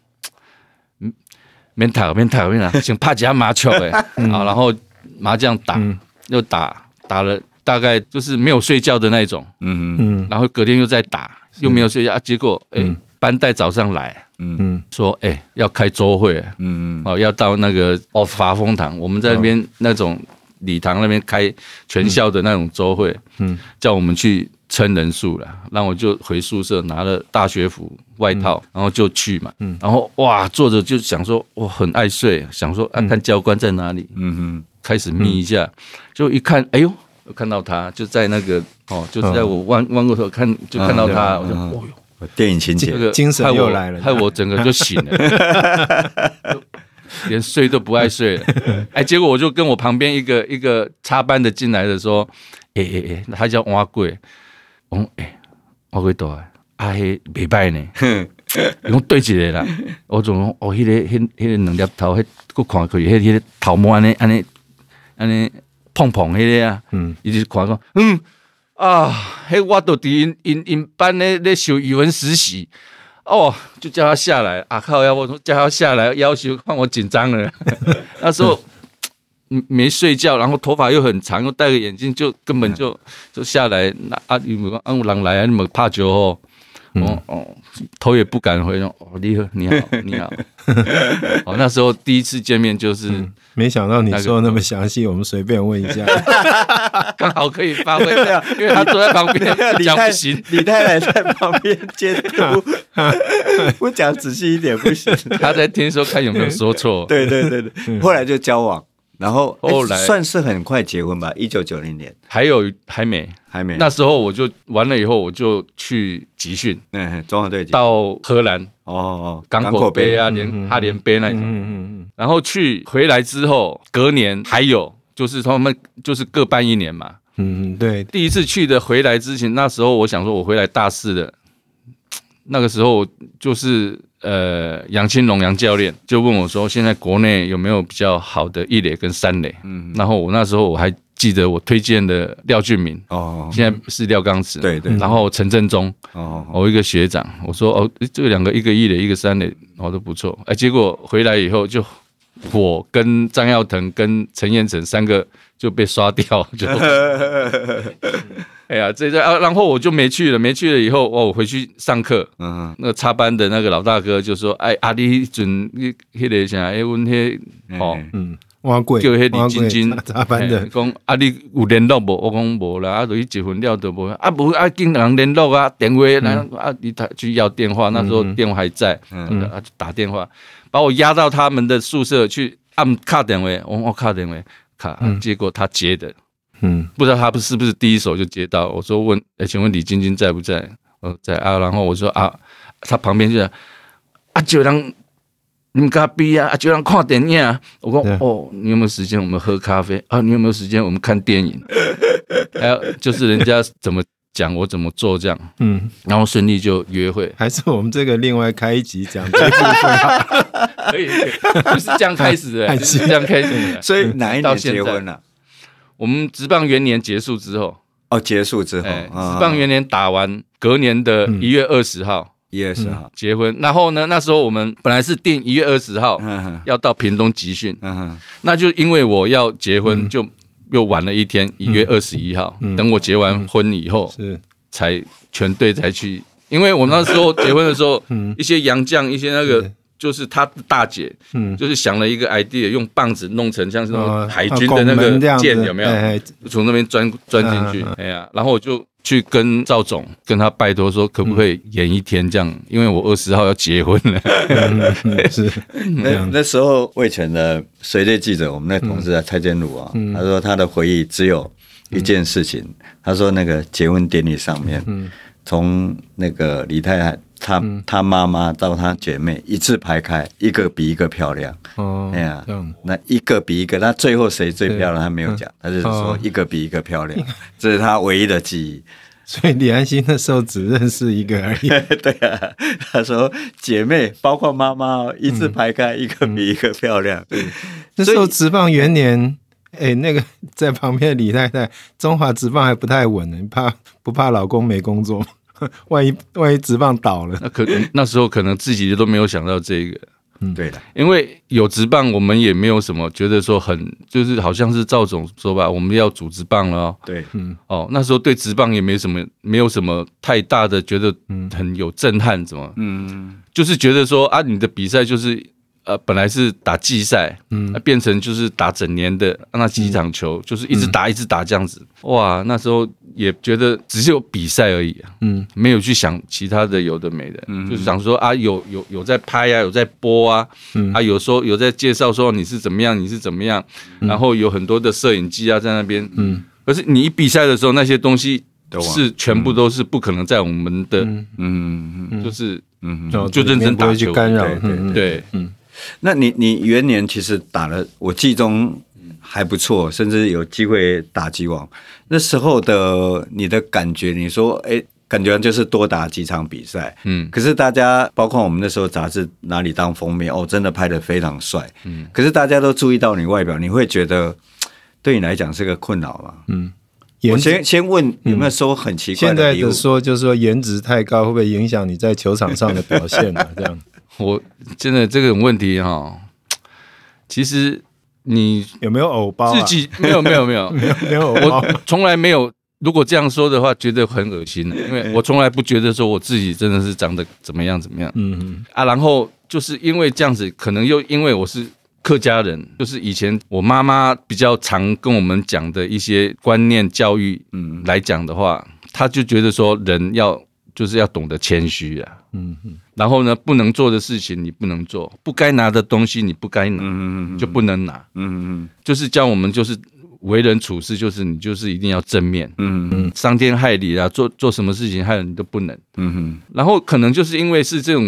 Speaker 3: 免打免打免打，想怕几下麻将哎，啊，然后麻将打、嗯、又打打了，大概就是没有睡觉的那种，嗯嗯，然后隔天又再打，又没有睡觉，啊、结果哎。欸班代早上来，嗯，说哎、欸、要开周会，嗯嗯，哦要到那个哦法丰堂，我们在那边那种礼堂那边开全校的那种周会，嗯，叫我们去称人数了，然后我就回宿舍拿了大学服外套，嗯、然后就去嘛，嗯，然后哇坐着就想说我很爱睡，想说啊看教官在哪里，嗯哼，开始眯一下，就一看，哎呦，看到他就在那个哦，就是在我弯弯过头看就看到他，我就哦哟。
Speaker 1: 电影情节，
Speaker 4: 这个精神又来了，
Speaker 3: 害我整个就醒了，连睡都不爱睡了。哎，结果我就跟我旁边一个一个插班的进来的说，哎哎哎，他叫王贵，我说哎，王贵多啊，啊嘿袂歹呢，伊讲对一个啦，我总讲哦，迄个迄迄个两粒头，迄我看可以，迄迄个头毛安尼安尼安尼碰碰迄个啊，嗯，伊就看讲，嗯。啊，嘿，我都伫因因因班咧咧修语文实习，哦，就叫他下来。啊靠呀，我说叫他下来，要求换我紧张了。那时候没睡觉，然后头发又很长，又戴个眼镜，就根本就就下来。那啊，有没有啊？有人来啊？你们怕酒哦？哦哦，头也不敢回。哦，你好，你好，你好。哦，那时候第一次见面就是，嗯、
Speaker 4: 没想到你说的那么详细，我们随便问一下，
Speaker 3: 刚好可以发挥。对啊，因为他坐在旁边讲不行，
Speaker 1: 李太太在旁边监督，不讲仔细一点不行。
Speaker 3: 他在听说看有没有说错。
Speaker 1: 对对对对，后来就交往。然后后来算是很快结婚吧，一九九零年，
Speaker 3: 还有还没
Speaker 1: 还没。
Speaker 3: 那时候我就完了以后，我就去集训，
Speaker 1: 嗯，中华队
Speaker 3: 到荷兰，
Speaker 1: 哦，
Speaker 3: 港口杯啊，连哈连杯那种。嗯嗯嗯。然后去回来之后，隔年还有，就是他们就是各办一年嘛。
Speaker 4: 嗯，对。
Speaker 3: 第一次去的回来之前，那时候我想说，我回来大四的，那个时候就是呃杨青龙杨教练就问我说，现在国内有没有比较好的一垒跟三垒？嗯。然后我那时候我还记得我推荐的廖俊明，哦，现在是廖刚池，
Speaker 1: 对对，
Speaker 3: 然后陈振中，哦，我一个学长，我说哦，这两个一个一垒一个三垒，哦都不错，哎，结果回来以后就我跟张耀腾跟陈彦成三个就被刷掉，就，哎呀，这啊，然后我就没去了，没去了以后，哦，我回去上课，嗯，那个插班的那个老大哥就说，哎，阿你准你迄个啥，哎，阮迄哦，嗯。
Speaker 4: 我过，
Speaker 3: 叫迄李晶晶，
Speaker 4: 插班的，
Speaker 3: 讲啊，你有联络无？我讲无啦，啊，就去结婚了都无，啊，无啊，跟人联络啊，电话，然后啊，你去要电话，那时候电话还在，嗯，啊，就打电话，把我押到他们的宿舍去按卡电话，我我卡电话卡，结果他接的，嗯，不知道他是不是第一手就接到，我说问，哎，请问李晶晶在不在？我在啊，然后我说啊，他旁边就啊，就人。你们咖啡啊，就让看电影啊。我说哦，你有没有时间？我们喝咖啡啊？你有没有时间？我们看电影。还有就是人家怎么讲，我怎么做这样。嗯，然后顺利就约会。
Speaker 4: 还是我们这个另外开一集讲这部分。
Speaker 3: 可以，就是这样开始的，是这样开始的。
Speaker 1: 所以哪一年结婚了？
Speaker 3: 我们职棒元年结束之后。
Speaker 1: 哦，结束之后，
Speaker 3: 职棒元年打完，隔年的一月二十号。
Speaker 1: 一月二十号
Speaker 3: 结婚，然后呢？那时候我们本来是定一月二十号要到屏东集训，那就因为我要结婚，就又晚了一天，一月二十一号。等我结完婚以后，才全队才去。因为我那时候结婚的时候，一些洋将，一些那个就是他的大姐，就是想了一个 idea， 用棒子弄成像是那种海军的那个剑，有没有？从那边钻钻进去，哎呀，然后我就。去跟赵总跟他拜托说，可不可以延一天这样？因为我二十号要结婚了。
Speaker 1: 嗯、是那那时候味全的随队记者，我们那同事啊蔡建儒啊，嗯、他说他的回忆只有一件事情，嗯、他说那个结婚典礼上面，从、嗯、那个李太太她、嗯、她妈妈到她姐妹一字排开，一个比一个漂亮。哦，哎呀，那一个比一个，那最后谁最漂亮？他没有讲，他就是说一个比一个漂亮，这是他唯一的记忆。
Speaker 4: 所以李安心那时候只认识一个而已。
Speaker 1: 对啊，他说姐妹包括妈妈一字排开，一个比一个漂亮。
Speaker 4: 嗯、那时候职棒元年，哎，那个在旁边的李太太，中华职棒还不太稳呢，你怕不怕老公没工作？万一万一职棒倒了，
Speaker 3: 那可那时候可能自己都没有想到这个。
Speaker 1: 嗯，对的，
Speaker 3: 因为有职棒，我们也没有什么觉得说很，就是好像是赵总说吧，我们要组职棒了哦。
Speaker 1: 对，
Speaker 3: 嗯，哦，那时候对职棒也没什么，没有什么太大的觉得很有震撼，怎么？嗯，就是觉得说啊，你的比赛就是呃，本来是打季赛，嗯，变成就是打整年的那几场球，嗯、就是一直打一直打这样子。哇，那时候也觉得只是有比赛而已啊，嗯，没有去想其他的有的没的，嗯，就是想说啊，有有有在拍啊，有在播啊，嗯，啊，有说有在介绍说你是怎么样，你是怎么样，嗯、然后有很多的摄影机啊在那边，嗯，可是你一比赛的时候，那些东西是全部都是不可能在我们的，嗯嗯嗯，就是嗯就认真打球，
Speaker 4: 干扰，
Speaker 3: 对对，嗯。
Speaker 1: 那你你元年其实打了，我记中还不错，甚至有机会打击王。那时候的你的感觉，你说，哎，感觉就是多打几场比赛，嗯。可是大家，包括我们那时候杂志哪里当封面，哦，真的拍得非常帅，嗯。可是大家都注意到你外表，你会觉得对你来讲是个困扰吗？嗯。我先先问有没有收很奇怪的礼物？
Speaker 4: 现在的说就是说颜值太高，会不会影响你在球场上的表现啊？这样。
Speaker 3: 我真的这种问题哈，其实你
Speaker 4: 有没有偶包、
Speaker 3: 啊？自己没有没有没有
Speaker 4: 没有没有偶包，
Speaker 3: 我从来没有。如果这样说的话，觉得很恶心的，因为我从来不觉得说我自己真的是长得怎么样怎么样。嗯嗯啊，然后就是因为这样子，可能又因为我是客家人，就是以前我妈妈比较常跟我们讲的一些观念教育，嗯，来讲的话，她就觉得说人要就是要懂得谦虚啊。嗯嗯，然后呢，不能做的事情你不能做，不该拿的东西你不该拿，嗯嗯就不能拿，嗯嗯就是叫我们就是为人处事，就是你就是一定要正面，嗯嗯，伤天害理啊，做做什么事情害人你都不能，嗯哼。然后可能就是因为是这种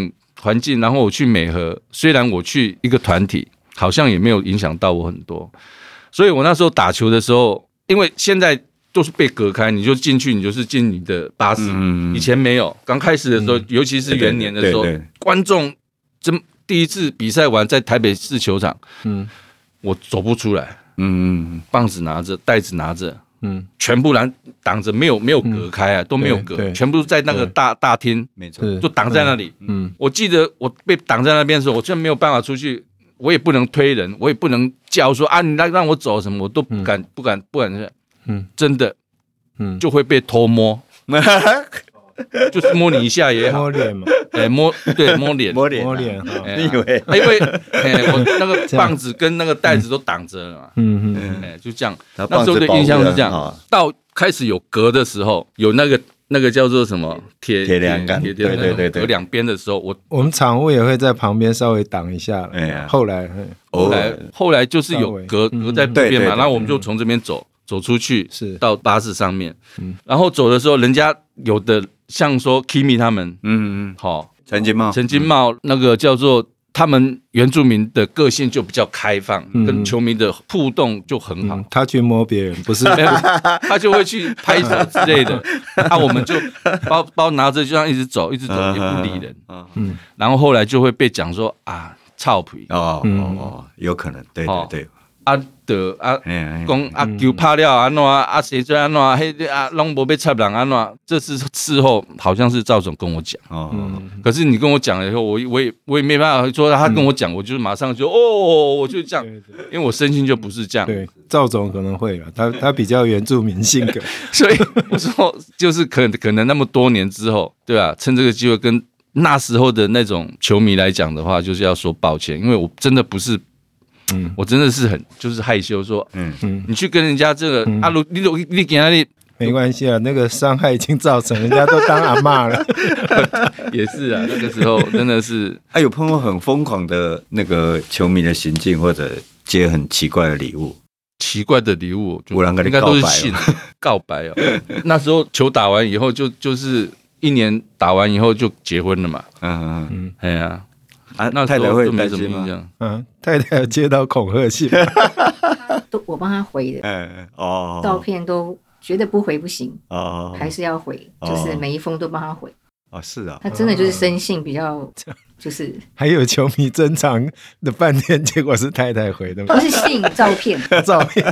Speaker 3: 环境，然后我去美和，虽然我去一个团体，好像也没有影响到我很多。所以我那时候打球的时候，因为现在都是被隔开，你就进去，你就是进你的巴士。嗯、以前没有，刚开始的时候，嗯、尤其是元年的时候，对对对观众真第一次比赛完在台北市球场，嗯，我走不出来，嗯，棒子拿着，袋子拿着。嗯，全部人挡着，没有没有隔开啊，嗯、都没有隔，全部在那个大大厅，没错，就挡在那里。嗯，我记得我被挡在那边的时候，我真的没有办法出去，我也不能推人，我也不能叫说啊，你来让我走什么，我都不敢，嗯、不敢，不敢。嗯，真的，嗯，就会被偷摸。就是摸你一下也好，
Speaker 4: 摸脸嘛，
Speaker 3: 哎、欸，摸对摸脸，
Speaker 1: 摸脸，
Speaker 4: 摸脸，
Speaker 1: 你以为？
Speaker 3: 因为哎、欸，我那个棒子跟那个袋子都挡着了嘛，嗯嗯，哎、欸，就这样。那时候的印象是这样，到开始有隔的时候，有那个那个叫做什么铁
Speaker 1: 铁栏杆，对对对对，
Speaker 3: 隔两边的时候，我
Speaker 4: 我们场务也会在旁边稍微挡一下，哎呀，后来
Speaker 3: 后来后来就是有隔隔在这边嘛，然后我们就从这边走。走出去是到巴士上面，嗯，然后走的时候，人家有的像说 Kimi 他们，嗯嗯，好、哦，
Speaker 1: 陈金茂，
Speaker 3: 陈金茂那个叫做他们原住民的个性就比较开放，嗯、跟球迷的互动就很好。嗯、
Speaker 4: 他去摸别人，不是
Speaker 3: 他就会去拍手之类的，啊，我们就包包拿着就这样一直走，一直走也不理人，嗯，然后后来就会被讲说啊，臭屁
Speaker 1: 哦哦哦，有可能，对对对。
Speaker 3: 啊的啊，讲啊球拍了安怎啊，谁做安怎，迄啊拢无被插人安怎？这是事后好像是赵总跟我讲，哦，嗯、可是你跟我讲了以后，我我也我也没办法说他跟我讲，嗯、我就马上就哦，我就这样，对对对因为我身心就不是这样。
Speaker 4: 对，赵总可能会了，他他比较原住民性格，
Speaker 3: 所以我说就是可可能那么多年之后，对吧、啊？趁这个机会跟那时候的那种球迷来讲的话，就是要说抱歉，因为我真的不是。嗯，我真的是很就是害羞说，嗯嗯，你去跟人家这个、嗯、啊，你你你给他那
Speaker 4: 没关系啊，那个伤害已经造成，人家都当阿嬷了。
Speaker 3: 也是啊，那个时候真的是，
Speaker 1: 啊，有碰过很疯狂的那个球迷的行径，或者接很奇怪的礼物。
Speaker 3: 奇怪的礼物，
Speaker 1: 我应
Speaker 3: 该都是信告白哦。那时候球打完以后就，就就是一年打完以后就结婚了嘛。嗯嗯嗯，哎呀。
Speaker 1: 啊，那太太会担心吗？
Speaker 4: 嗯，太太有接到恐吓信，
Speaker 5: 都我帮他回的，嗯哦，照片都绝对不回不行哦，还是要回，就是每一封都帮他回。
Speaker 1: 哦，是啊，
Speaker 5: 他真的就是生性比较，就是
Speaker 4: 还有球迷珍藏的半天，结果是太太回的，
Speaker 5: 不是信照片，
Speaker 4: 照片，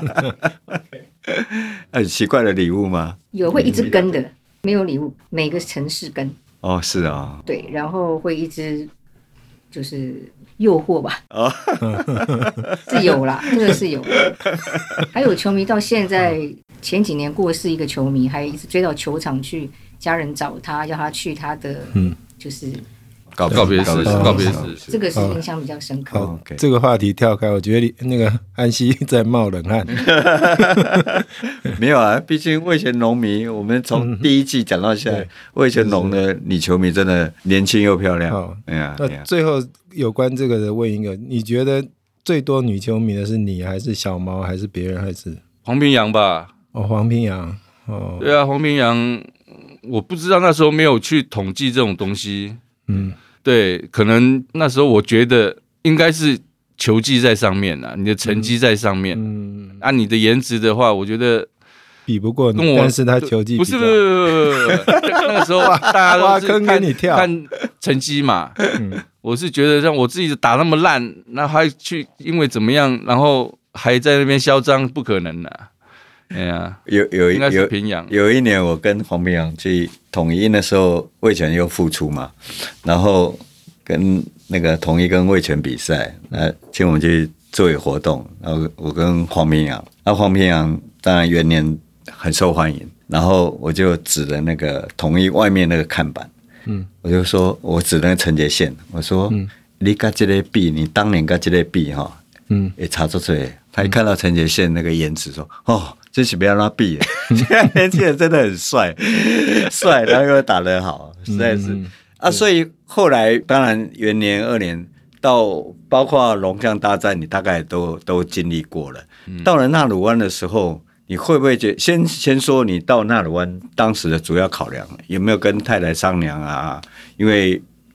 Speaker 1: 很奇怪的礼物吗？
Speaker 5: 有会一直跟的，没有礼物，每个城市跟。
Speaker 1: 哦，是啊，
Speaker 5: 对，然后会一直。就是诱惑吧，哦、是有啦，这个是有。还有球迷到现在前几年过世一个球迷，还一直追到球场去，家人找他，要他去他的，嗯，就是
Speaker 3: 告告别式，告别式，
Speaker 5: 这个是印象比较深刻。
Speaker 4: 哦、这个话题跳开，我觉得那个安西在冒冷汗。
Speaker 1: 没有啊，毕竟味全龙迷，我们从第一季讲到现在，味全龙的女球迷真的年轻又漂亮。
Speaker 4: 好，哎呀，那最后有关这个的问一个，你觉得最多女球迷的是你，还是小毛，还是别人，还是
Speaker 3: 黄平洋吧？
Speaker 4: 哦，黄平洋，哦，
Speaker 3: 对啊，黄平洋，我不知道那时候没有去统计这种东西。嗯，对，可能那时候我觉得应该是球技在上面啊，你的成绩在上面，嗯，啊，你的颜值的话，我觉得
Speaker 4: 比不过你，但是他球技
Speaker 3: 不是不是，那个时候大家都是看你跳看成绩嘛，嗯，我是觉得像我自己打那么烂，那还去因为怎么样，然后还在那边嚣张，不可能啊。哎呀，
Speaker 1: 有有
Speaker 3: 应该是平阳。
Speaker 1: 有一年我跟黄平洋去统一的时候，味全又复出嘛，然后跟那个统一跟味全比赛，那请我们去作为活动，然后我跟黄平洋，那黄平洋当然元年很受欢迎，然后我就指着那个统一外面那个看板，嗯，我就说我指那个陈杰宪，我说、嗯、你跟这个比，你当年跟这个比哈，嗯，也差不多。他一看到陈杰宪那个颜值说，哦。真是不要让他比，现在年轻人真的很帅，帅，然后又打得好，实在是、嗯、啊。所以后来当然元年、二年到包括龙象大战，你大概都都经历过了。嗯、到了纳鲁湾的时候，你会不会觉得先先说你到纳鲁湾当时的主要考量，有没有跟太太商量啊？因为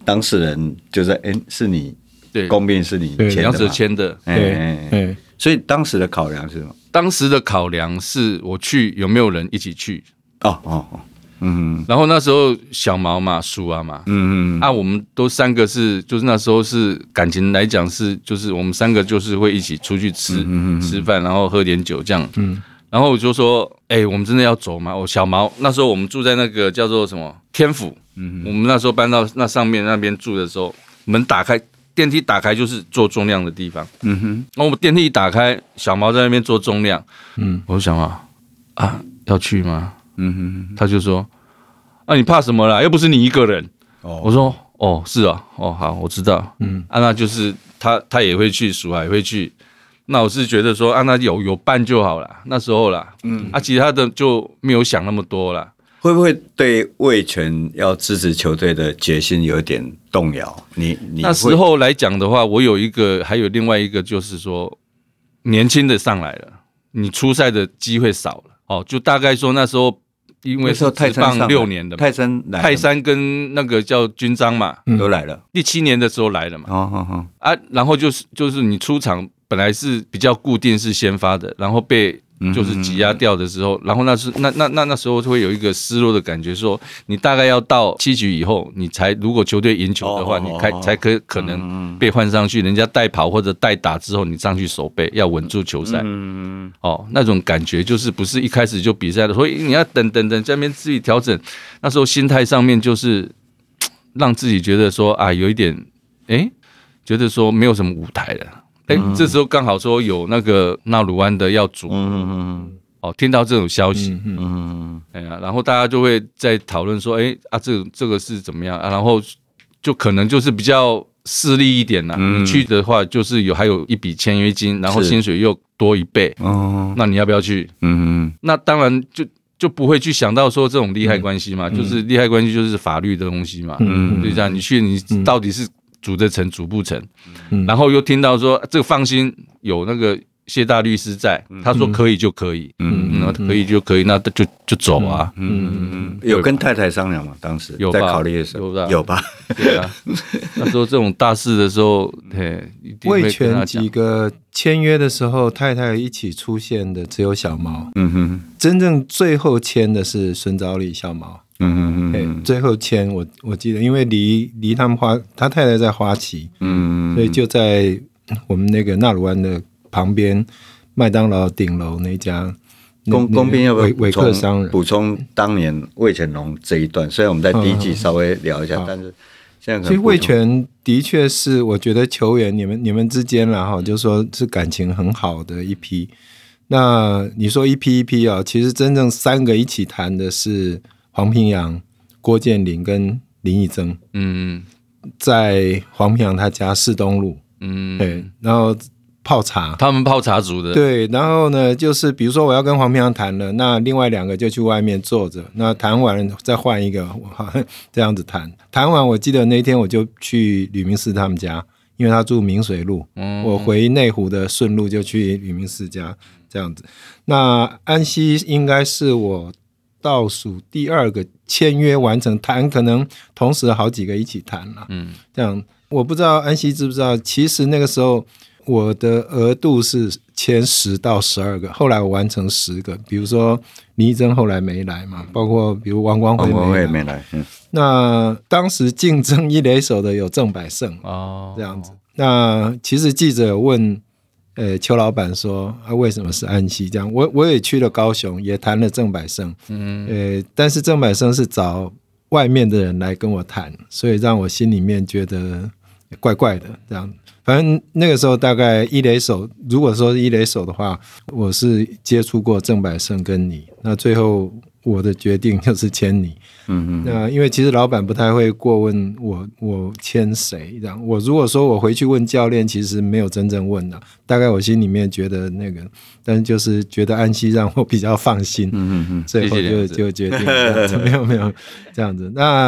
Speaker 1: 当事人就是哎、欸、是你，
Speaker 3: 对，
Speaker 1: 公辩是你签的，
Speaker 3: 两者签的，
Speaker 2: 对对。
Speaker 1: 所以当时的考量是什么？
Speaker 3: 当时的考量是我去有没有人一起去？
Speaker 1: 哦哦哦，嗯，
Speaker 3: 然后那时候小毛嘛，叔啊嘛，嗯嗯，啊，我们都三个是，就是那时候是感情来讲是，就是我们三个就是会一起出去吃、嗯、吃饭，然后喝点酒这样，嗯，然后我就说，哎、欸，我们真的要走吗？我小毛那时候我们住在那个叫做什么天府，嗯，我们那时候搬到那上面那边住的时候，门打开。电梯打开就是做重量的地方，嗯哼。然后我们电梯一打开，小毛在那边做重量，嗯，我就想啊，啊，要去吗？嗯哼。他就说，啊，你怕什么啦？又不是你一个人。哦，我说，哦，是啊，哦，好，我知道，嗯，啊，那就是他，他也会去，属海也会去。那我是觉得说，啊，那有有伴就好啦，那时候啦，嗯，啊，其他的就没有想那么多啦。
Speaker 1: 会不会对味全要支持球队的决心有点动摇？你你
Speaker 3: 那时候来讲的话，我有一个，还有另外一个，就是说年轻的上来了，你出赛的机会少了哦。就大概说那时候，因为是职棒六年的，
Speaker 1: 泰山来
Speaker 3: 泰山跟那个叫军章嘛，
Speaker 1: 嗯、都来了。
Speaker 3: 第七年的时候来了嘛，
Speaker 1: 哦哦哦
Speaker 3: 啊，然后就是就是你出场本来是比较固定是先发的，然后被。就是挤压掉的时候，然后那是那那那那时候会有一个失落的感觉，说你大概要到七局以后，你才如果球队赢球的话，你开才可可能被换上去，人家带跑或者带打之后，你上去守备，要稳住球赛。哦，那种感觉就是不是一开始就比赛的，所以你要等等等这边自己调整。那时候心态上面就是让自己觉得说啊，有一点哎、欸，觉得说没有什么舞台了。哎、欸，这时候刚好说有那个纳鲁湾的要组，嗯嗯哦，听到这种消息，嗯嗯，哎呀，然后大家就会在讨论说，哎、欸、啊，这个这个是怎么样啊？然后就可能就是比较势利一点啦、啊嗯。你去的话，就是有还有一笔签约金，然后薪水又多一倍，哦，那你要不要去？嗯嗯，那当然就就不会去想到说这种利害关系嘛，嗯、就是利害关系就是法律的东西嘛，嗯，就这样，你去你到底是。组得成组不成、嗯，然后又听到说这个放心有那个谢大律师在，嗯、他说可以就可以，嗯，那、嗯、可以就可以，那就就走啊，嗯
Speaker 1: 嗯嗯，有跟太太商量吗？当时
Speaker 3: 有
Speaker 1: 在考虑的时候，
Speaker 3: 有吧？
Speaker 1: 有吧？
Speaker 3: 对啊，那时候这种大事的时候，对，
Speaker 4: 味全几个签约的时候，太太一起出现的只有小毛，嗯哼，真正最后签的是孙昭利、小毛。嗯嗯嗯，最后签我我记得，因为离离他们花，他太太在花旗，嗯，所以就在我们那个纳鲁湾的旁边，麦当劳顶楼那家
Speaker 1: 公公宾要不要
Speaker 4: 维克商人
Speaker 1: 补充当年味全龙这一段？虽然我们在第一季稍微聊一下，嗯、但是现在可能
Speaker 4: 其实味全的确是，我觉得球员你们你们之间啦哈，就说是感情很好的一批。那你说一批一批啊，其实真正三个一起谈的是。黄平洋、郭建霖跟林义增，嗯，在黄平洋他家士东路，嗯，对，然后泡茶，
Speaker 3: 他们泡茶组的，
Speaker 4: 对，然后呢，就是比如说我要跟黄平洋谈了，那另外两个就去外面坐着，那谈完再换一个，这样子谈，谈完我记得那天我就去吕明寺他们家，因为他住明水路，嗯，我回内湖的顺路就去吕明寺家，这样子。那安西应该是我。倒数第二个签约完成谈，可能同时好几个一起谈了，嗯，这样我不知道安西知不知道，其实那个时候我的额度是签十到十二个，后来我完成十个，比如说林义珍后来没来嘛，包括比如王光辉没来，
Speaker 1: 王没来，嗯，
Speaker 4: 那当时竞争一垒手的有郑百胜哦，这样子，那其实记者有问。呃，邱老板说啊，为什么是安西这样？我我也去了高雄，也谈了郑百胜，嗯，呃，但是郑百胜是找外面的人来跟我谈，所以让我心里面觉得怪怪的这样。反正那个时候大概一垒手，如果说一垒手的话，我是接触过郑百胜跟你，那最后我的决定就是签你。嗯嗯，那因为其实老板不太会过问我我签谁这样，我如果说我回去问教练，其实没有真正问的，大概我心里面觉得那个，但是就是觉得安西让我比较放心，嗯嗯嗯，最后就就决定这样子，没有没有这样子。那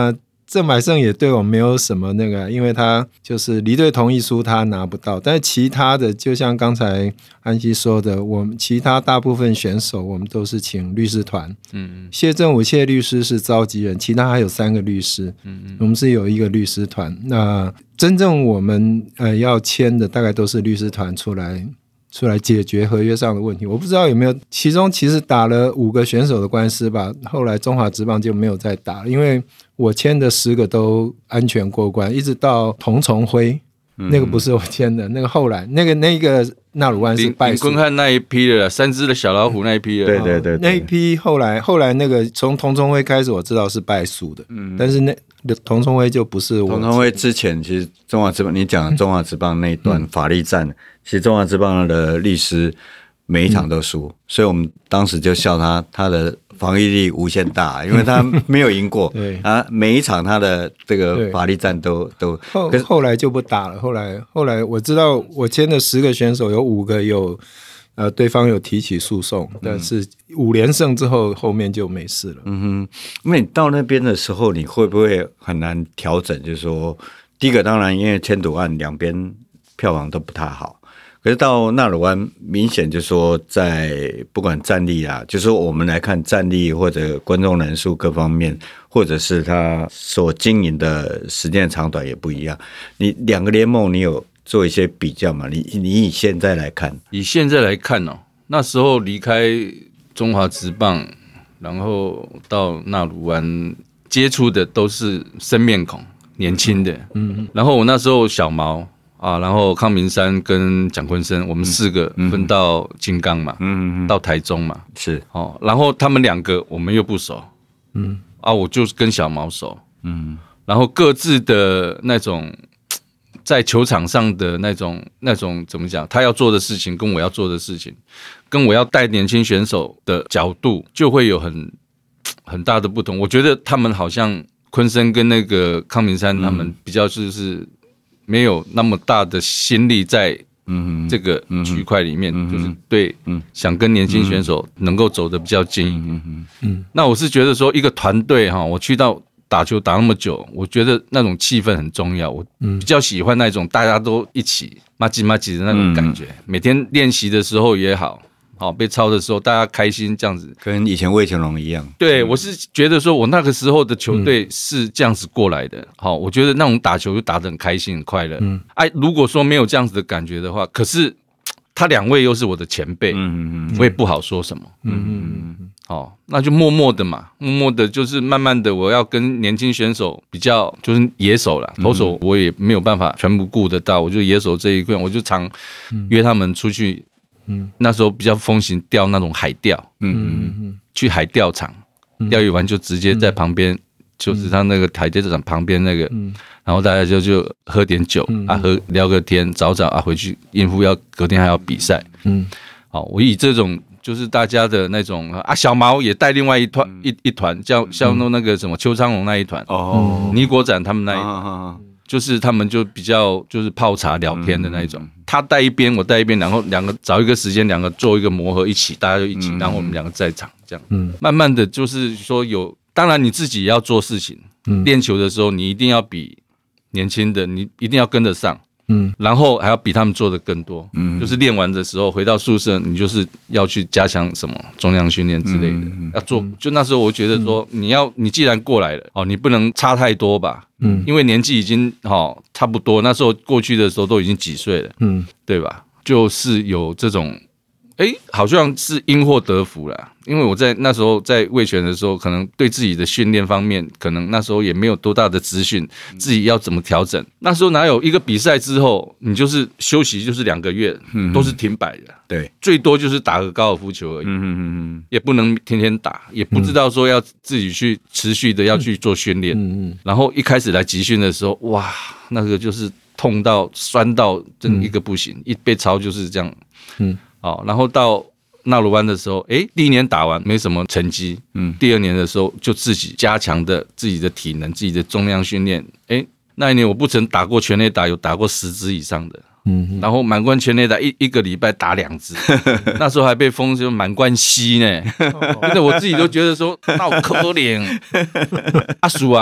Speaker 4: 郑百胜也对我没有什么那个，因为他就是离队同意书他拿不到，但是其他的就像刚才安西说的，我们其他大部分选手我们都是请律师团，嗯，谢政武谢律师是召集人，其他还有三个律师，嗯嗯，我们是有一个律师团。那真正我们呃要签的大概都是律师团出来。出来解决合约上的问题，我不知道有没有，其中其实打了五个选手的官司吧，后来中华职棒就没有再打了，因为我签的十个都安全过关，一直到童崇辉、嗯、那个不是我签的，那个后来那个那个纳鲁湾是败诉，
Speaker 3: 林坤汉那一批的三只的小老虎那一批的，
Speaker 1: 对对 对, 对，
Speaker 4: 那一批后来后来那个从童崇辉开始我知道是败诉的，嗯，但是那童崇辉就不是我。
Speaker 1: 童崇辉之前其实中华职棒，你讲的中华职棒那一段法律战，嗯、其实中华职棒的律师每一场都输，嗯、所以我们当时就笑他，他的防御力无限大，因为他没有赢过，对啊，每一场他的这个法律战都都
Speaker 4: 后后来就不打了，后来后来我知道我签的十个选手有五个有。呃，对方有提起诉讼，但是五连胜之后，后面就没事了。
Speaker 1: 嗯哼，那你到那边的时候，你会不会很难调整？就是说，第一个当然因为签赌案两边票房都不太好，可是到纳鲁湾明显就是说在不管战力啊，就是说我们来看战力或者观众人数各方面，或者是他所经营的时间长短也不一样。你两个联盟，你有做一些比较嘛？你你以现在来看，
Speaker 3: 以现在来看哦，那时候离开中华职棒，然后到纳鲁湾接触的都是生面孔，年轻的。嗯，然后我那时候小毛啊，然后康明山跟蒋坤生，我们四个分到金刚嘛，嗯，到台中嘛，
Speaker 1: 是
Speaker 3: 哦，然后他们两个我们又不熟，嗯，啊，我就跟小毛熟，嗯，然后各自的那种。在球场上的那种那种怎么讲？他要做的事情跟我要做的事情，跟我要带年轻选手的角度，就会有很很大的不同。我觉得他们好像坤生跟那个康明山他们比较就是没有那么大的心力在这个区块里面，就是对想跟年轻选手能够走得比较近。那我是觉得说一个团队哈，我去到。打球打那么久，我觉得那种气氛很重要。我比较喜欢那种大家都一起麻吉麻吉的那种感觉。嗯、每天练习的时候也好，好被操的时候大家开心这样子，
Speaker 1: 跟以前魏乾隆一样。
Speaker 3: 对，我是觉得说我那个时候的球队是这样子过来的。好，我觉得那种打球就打得很开心很快乐。嗯，哎，如果说没有这样子的感觉的话，可是他两位又是我的前辈，嗯嗯嗯，我也不好说什么。嗯嗯嗯。哦，那就默默的嘛，默默的，就是慢慢的，我要跟年轻选手比较，就是野手啦，投手我也没有办法全部顾得到，我就野手这一块，我就常约他们出去。嗯，那时候比较风行钓那种海钓，嗯嗯嗯，去海钓场钓鱼完就直接在旁边，就是他那个海钓场旁边那个，然后大家就就喝点酒啊，喝聊个天，早早啊回去应付要隔天还要比赛。嗯，好，我以这种。就是大家的那种啊，小毛也带另外一团、嗯、一一团，叫像那个什么邱昌龙那一团，哦，倪国展他们那一团，哦、就是他们就比较就是泡茶聊天的那一种。嗯、他带一边，我带一边，然后两个找一个时间，两个做一个磨合，一起大家就一起，嗯、然后我们两个在场这样。嗯，慢慢的就是说有，当然你自己也要做事情，嗯、练球的时候你一定要比年轻的，你一定要跟得上。嗯，然后还要比他们做的更多，嗯，就是练完的时候回到宿舍，你就是要去加强什么重量训练之类的，嗯、要做。就那时候我觉得说，嗯、你要你既然过来了，哦，你不能差太多吧，嗯，因为年纪已经哦差不多，那时候过去的时候都已经几岁了，嗯，对吧？就是有这种。哎，好像是因祸得福啦，因为我在那时候在味全的时候，可能对自己的训练方面，可能那时候也没有多大的资讯，自己要怎么调整。那时候哪有一个比赛之后，你就是休息就是两个月，嗯、都是停摆的，
Speaker 1: 对，
Speaker 3: 最多就是打个高尔夫球而已，嗯嗯嗯，也不能天天打，也不知道说要自己去持续的要去做训练，嗯嗯，然后一开始来集训的时候，哇，那个就是痛到酸到真一个不行，嗯、一被操就是这样，嗯。哦，然后到纳鲁湾的时候，哎，第一年打完没什么成绩，嗯，第二年的时候就自己加强的自己的体能、自己的重量训练，哎，那一年我不曾打过全垒打，有打过十支以上的，嗯，然后满贯全垒打一一个礼拜打两支，那时候还被封就满贯西呢，真的我自己都觉得说，那好可怜，阿叔啊。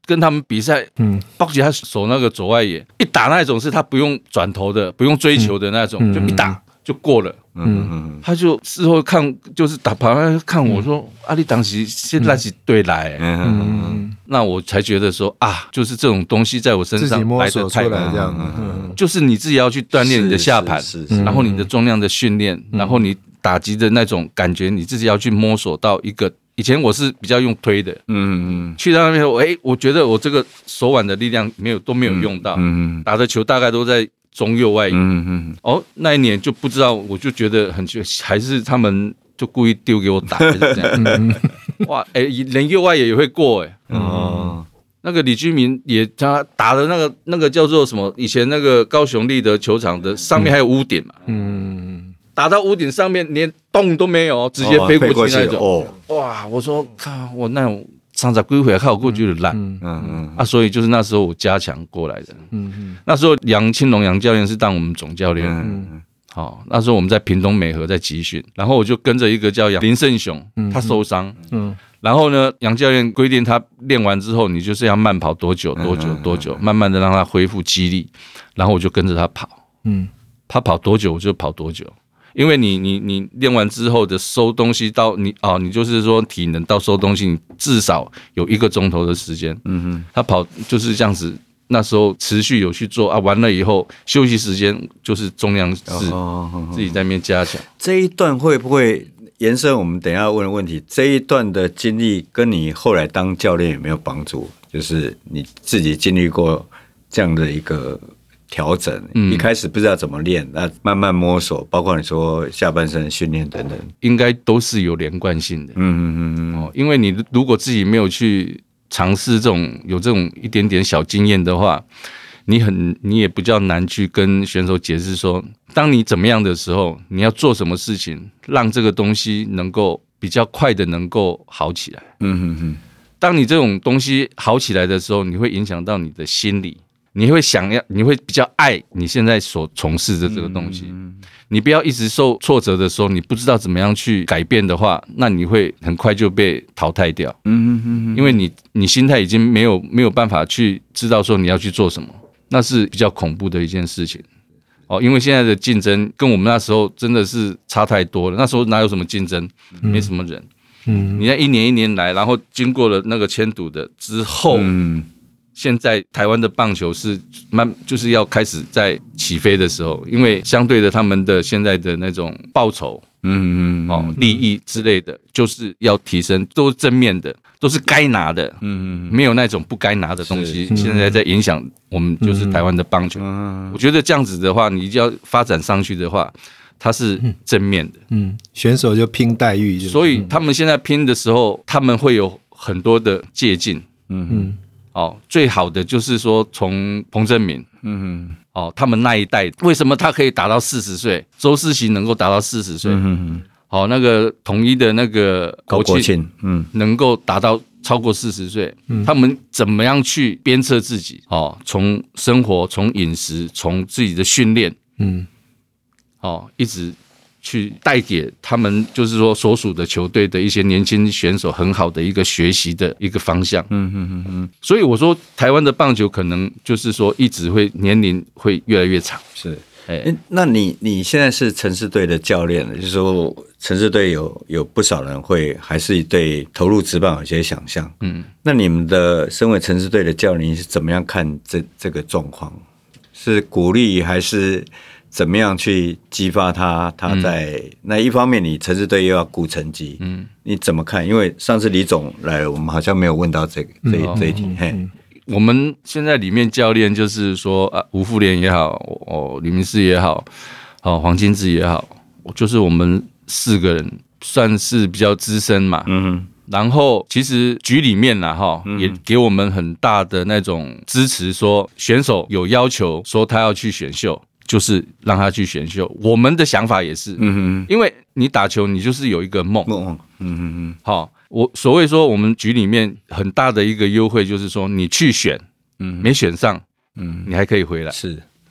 Speaker 3: 跟他们比赛，嗯，包括他守那个左外野，一打那种是他不用转头的，不用追求的那种，嗯、就一打就过了。嗯嗯，他就事后看，就是打跑来看我说：“嗯、啊，你当时现在是对来、欸。”嗯嗯嗯，那我才觉得说啊，就是这种东西在我身上来得太
Speaker 4: 来这样，嗯，
Speaker 3: 就是你自己要去锻炼你的下盘，然后你的重量的训练，嗯、然后你打击的那种感觉，你自己要去摸索到一个。以前我是比较用推的，嗯嗯，去到那边，哎、欸，我觉得我这个手腕的力量没有都没有用到，嗯嗯，打的球大概都在中右外野，嗯嗯，哦，那一年就不知道，我就觉得很还是他们就故意丢给我打，还是这样，嗯、哇，哎、欸，连右外野也会过、欸，哎，哦，那个李居明也他打的那个那个叫做什么？以前那个高雄立德球场的上面还有屋顶嘛，嗯。打到屋顶上面，连洞都没有，直接飞过去那种。哦，哇！我说靠，我那种三十几岁靠过去的烂，嗯嗯啊，所以就是那时候我加强过来的。嗯嗯，那时候杨青龙杨教练是当我们总教练。嗯嗯，好、哦，那时候我们在屏东美和在集训，然后我就跟着一个叫杨林胜雄，他受伤。嗯，然后呢，杨教练规定他练完之后，你就是要慢跑多久多久多久，慢慢的让他恢复肌力，然后我就跟着他跑。嗯，他跑多久我就跑多久。因为你你你练完之后的收东西到你哦，你就是说体能到收东西，你至少有一个钟头的时间。嗯哼，他跑就是这样子，那时候持续有去做啊，完了以后休息时间就是重量是自己在那边加强。
Speaker 1: 这一段会不会延伸我们等一下问的问题？这一段的经历跟你后来当教练有没有帮助？就是你自己经历过这样的一个。调整，一开始不知道怎么练，那慢慢摸索，包括你说下半身训练等等，
Speaker 3: 应该都是有连贯性的。嗯嗯嗯嗯、哦，因为你如果自己没有去尝试这种有这种一点点小经验的话，你很你也比较难去跟选手解释说，当你怎么样的时候，你要做什么事情，让这个东西能够比较快的能够好起来。嗯嗯嗯，当你这种东西好起来的时候，你会影响到你的心理。你会想要，你会比较爱你现在所从事的这个东西。嗯、你不要一直受挫折的时候，你不知道怎么样去改变的话，那你会很快就被淘汰掉。嗯嗯嗯，因为你你心态已经没有没有办法去知道说你要去做什么，那是比较恐怖的一件事情。哦，因为现在的竞争跟我们那时候真的是差太多了。那时候哪有什么竞争，没什么人。嗯，你看一年一年来，然后经过了那个迁赌的之后。嗯，现在台湾的棒球是慢，就是要开始在起飞的时候，因为相对的他们的现在的那种报酬，嗯嗯哦利益之类的，就是要提升，都是正面的，都是该拿的，嗯嗯，没有那种不该拿的东西，现在在影响我们就是台湾的棒球。嗯，我觉得这样子的话，你要发展上去的话，它是正面的，
Speaker 4: 嗯，选手就拼待遇，
Speaker 3: 所以他们现在拼的时候，他们会有很多的借鉴，嗯嗯。哦，最好的就是说从彭政闵，嗯哼，哦，他们那一代为什么他可以打到四十岁？周世行能够打到四十岁，嗯哼，好、哦，那个统一的那个
Speaker 1: 高国庆，嗯，
Speaker 3: 能够达到超过四十岁，嗯，他们怎么样去鞭策自己？哦，从生活、从饮食、从自己的训练，嗯，哦，一直。去带给他们，就是说所属的球队的一些年轻选手很好的一个学习的一个方向。嗯嗯嗯嗯。所以我说，台湾的棒球可能就是说一直会年龄会越来越长。
Speaker 1: 是，哎、欸，那你你现在是城市队的教练了，就是说城市队有有不少人会还是对投入职棒有些想象。嗯，那你们的身为城市队的教练是怎么样看这这个状况？是鼓励还是？怎么样去激发他？他在、嗯、那一方面，你城市队又要顾成绩，嗯，你怎么看？因为上次李总来了，我们好像没有问到这个、嗯、这一、哦、这一题。嘿、嗯，
Speaker 3: 我们现在里面教练就是说啊，吴富连也好，哦，吕明士也好，哦，黄金志也好，就是我们四个人算是比较资深嘛，嗯哼。然后其实局里面啦哈，也给我们很大的那种支持，说选手有要求说他要去选秀。就是让他去选秀，我们的想法也是，嗯哼，因为你打球，你就是有一个梦，梦，嗯哼哼，好，我所谓说我们局里面很大的一个优惠就是说，你去选，嗯，没选上，嗯，你还可以回来，
Speaker 1: 是，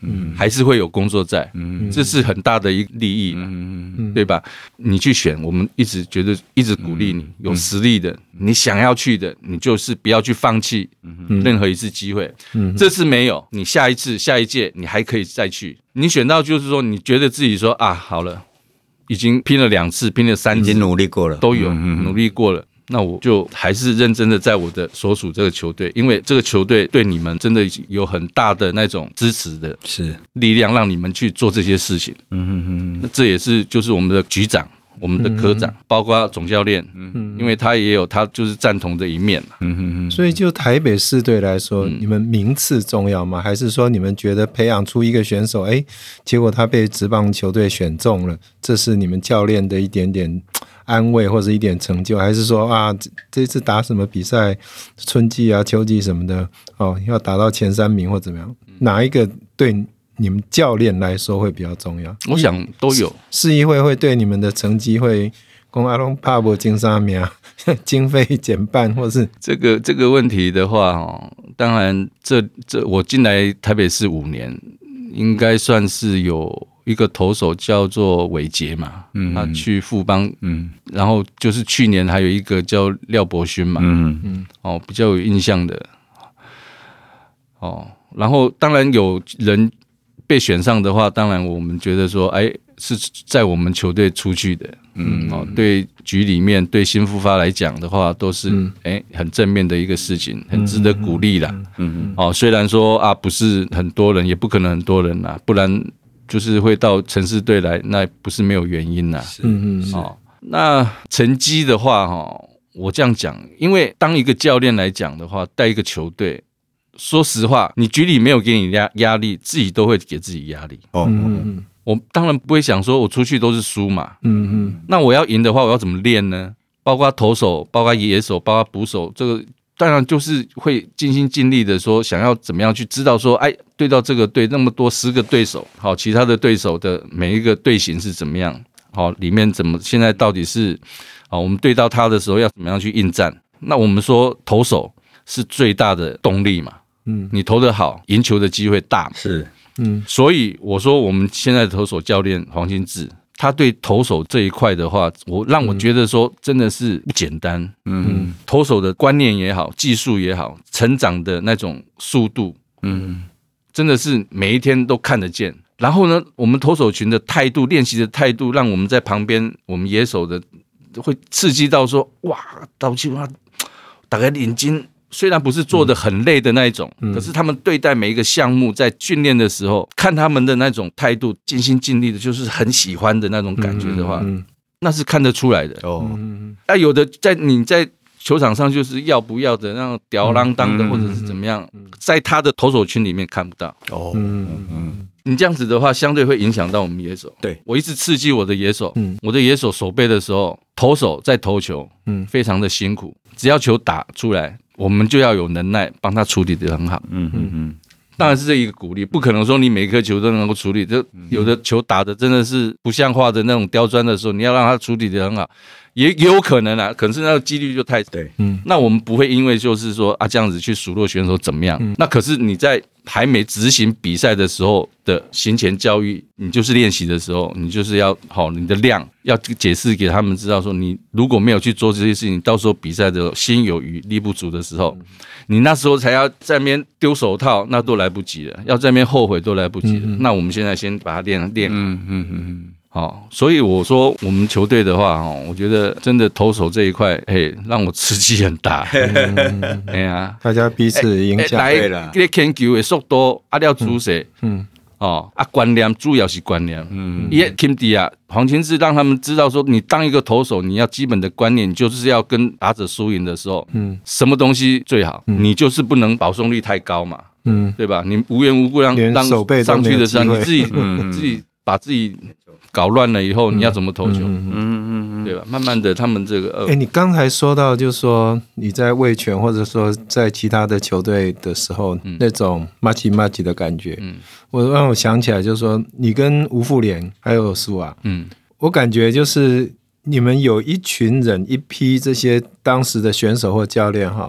Speaker 3: 嗯，还是会有工作在，嗯，这是很大的一个利益，嗯，对吧？你去选，我们一直觉得一直鼓励你，有实力的，你想要去的，你就是不要去放弃任何一次机会，嗯，这次没有，你下一次、下一届你还可以再去。你选到就是说，你觉得自己说啊，好了，已经拼了两次，拼了三次，
Speaker 1: 已经努力过了，
Speaker 3: 都有努力过了。那我就还是认真的在我的所属这个球队，因为这个球队对你们真的有很大的那种支持的
Speaker 1: 是力
Speaker 3: 量，让你们去做这些事情。嗯哼哼，那这也是就是我们的局长、我们的科长，嗯、包括总教练，嗯，因为他也有他就是赞同的一面。
Speaker 4: 嗯哼哼。所以就台北市队来说，嗯、你们名次重要吗？还是说你们觉得培养出一个选手，哎，结果他被职棒球队选中了，这是你们教练的一点点安慰或者一点成就，还是说啊，这次打什么比赛，春季啊、秋季什么的，哦，要打到前三名或怎么样？哪一个对你们教练来说会比较重要？
Speaker 3: 我想都有。
Speaker 4: 市议会会对你们的成绩会讲阿龙怕不进三名，经费减半，或是
Speaker 3: 这个这个问题的话，哦，当然这这我进来台北市五年，应该算是有一个投手叫做伟杰嘛，嗯，他去富邦，嗯，然后就是去年还有一个叫廖伯勋嘛，嗯嗯，哦，比较有印象的，哦，然后当然有人被选上的话，当然我们觉得说，哎，是在我们球队出去的，嗯，哦，对局里面对新复发来讲的话，都是哎、嗯、很正面的一个事情，很值得鼓励啦，嗯嗯，哦，虽然说啊不是很多人，也不可能很多人啦，不然就是会到城市队来，那不是没有原因啦，嗯嗯，哦，那成绩的话，哈，我这样讲，因为当一个教练来讲的话，带一个球队。说实话，你局里没有给你压压力，自己都会给自己压力。哦，嗯、我当然不会想说我出去都是输嘛。嗯嗯，那我要赢的话，我要怎么练呢？包括投手，包括野手，包括捕手，这个当然就是会尽心尽力的说，想要怎么样去知道说，哎，对到这个队那么多十个对手，好，其他的对手的每一个队形是怎么样？好，里面怎么现在到底是，好，我们对到他的时候要怎么样去应战？那我们说投手是最大的动力嘛。嗯，你投得好，赢球的机会大嘛？
Speaker 1: 是，
Speaker 3: 嗯，所以我说我们现在的投手教练黄金志，他对投手这一块的话，我让我觉得说真的是不简单。嗯，投手的观念也好，技术也好，成长的那种速度，嗯，真的是每一天都看得见。然后呢，我们投手群的态度、练习的态度，让我们在旁边，我们野手的会刺激到说，哇，到起码大概眼睛。虽然不是做的很累的那一种，嗯、可是他们对待每一个项目，在训练的时候，看他们的那种态度，尽心尽力的，就是很喜欢的那种感觉的话，嗯嗯、那是看得出来的。哦，那、啊、有的在你在球场上就是要不要的那种吊儿郎当的，或者是怎么样，在他的投手群里面看不到。哦，嗯嗯，你这样子的话，相对会影响到我们野手。对，我一直刺激我的野手，嗯、我的野手守备的时候，投手在投球，嗯，非常的辛苦，只要球打出来。我们就要有能耐帮他处理得很好，嗯嗯嗯，当然是这一个鼓励，不可能说你每一颗球都能够处理，这有的球打的真的是不像话的那种刁钻的时候，你要让他处理得很好，也也有可能啊，可是那个几率就太对，嗯，那我们不会因为就是说啊这样子去数落选手怎么样，嗯、那可是你在还没执行比赛的时候的行前教育，你就是练习的时候，你就是要好你的量要解释给他们知道说，你如果没有去做这些事情，到时候比赛的时候心有余力不足的时候，你那时候才要在那边丢手套，那都来不及了，要在那边后悔都来不及了。嗯、那我们现在先把它练练好。嗯嗯嗯嗯。好，所以我说我们球队的话，我觉得真的投手这一块，嘿，让我刺激很大。哎呀，
Speaker 4: 大家彼此影响。
Speaker 3: 来，这个研究的速度啊，要注射，嗯，哦啊，观念主要是观念，嗯，也听弟啊，黄金志让他们知道说，你当一个投手，你要基本的观念，就是要跟打者输赢的时候，嗯，什么东西最好，嗯、你就是不能保送率太高嘛，嗯，对吧？你无缘无故让让上去的时候，你自己、嗯、自己把自己。搞乱了以后，你要怎么投球？嗯嗯嗯，对吧？慢慢的，他们这个，
Speaker 4: 哎、欸，你刚才说到，就是说你在味全或者说在其他的球队的时候，嗯、那种麻吉麻吉的感觉，嗯，我让我想起来，就是说你跟吴富连还有苏啊，嗯，我感觉就是你们有一群人，一批这些当时的选手或教练哈，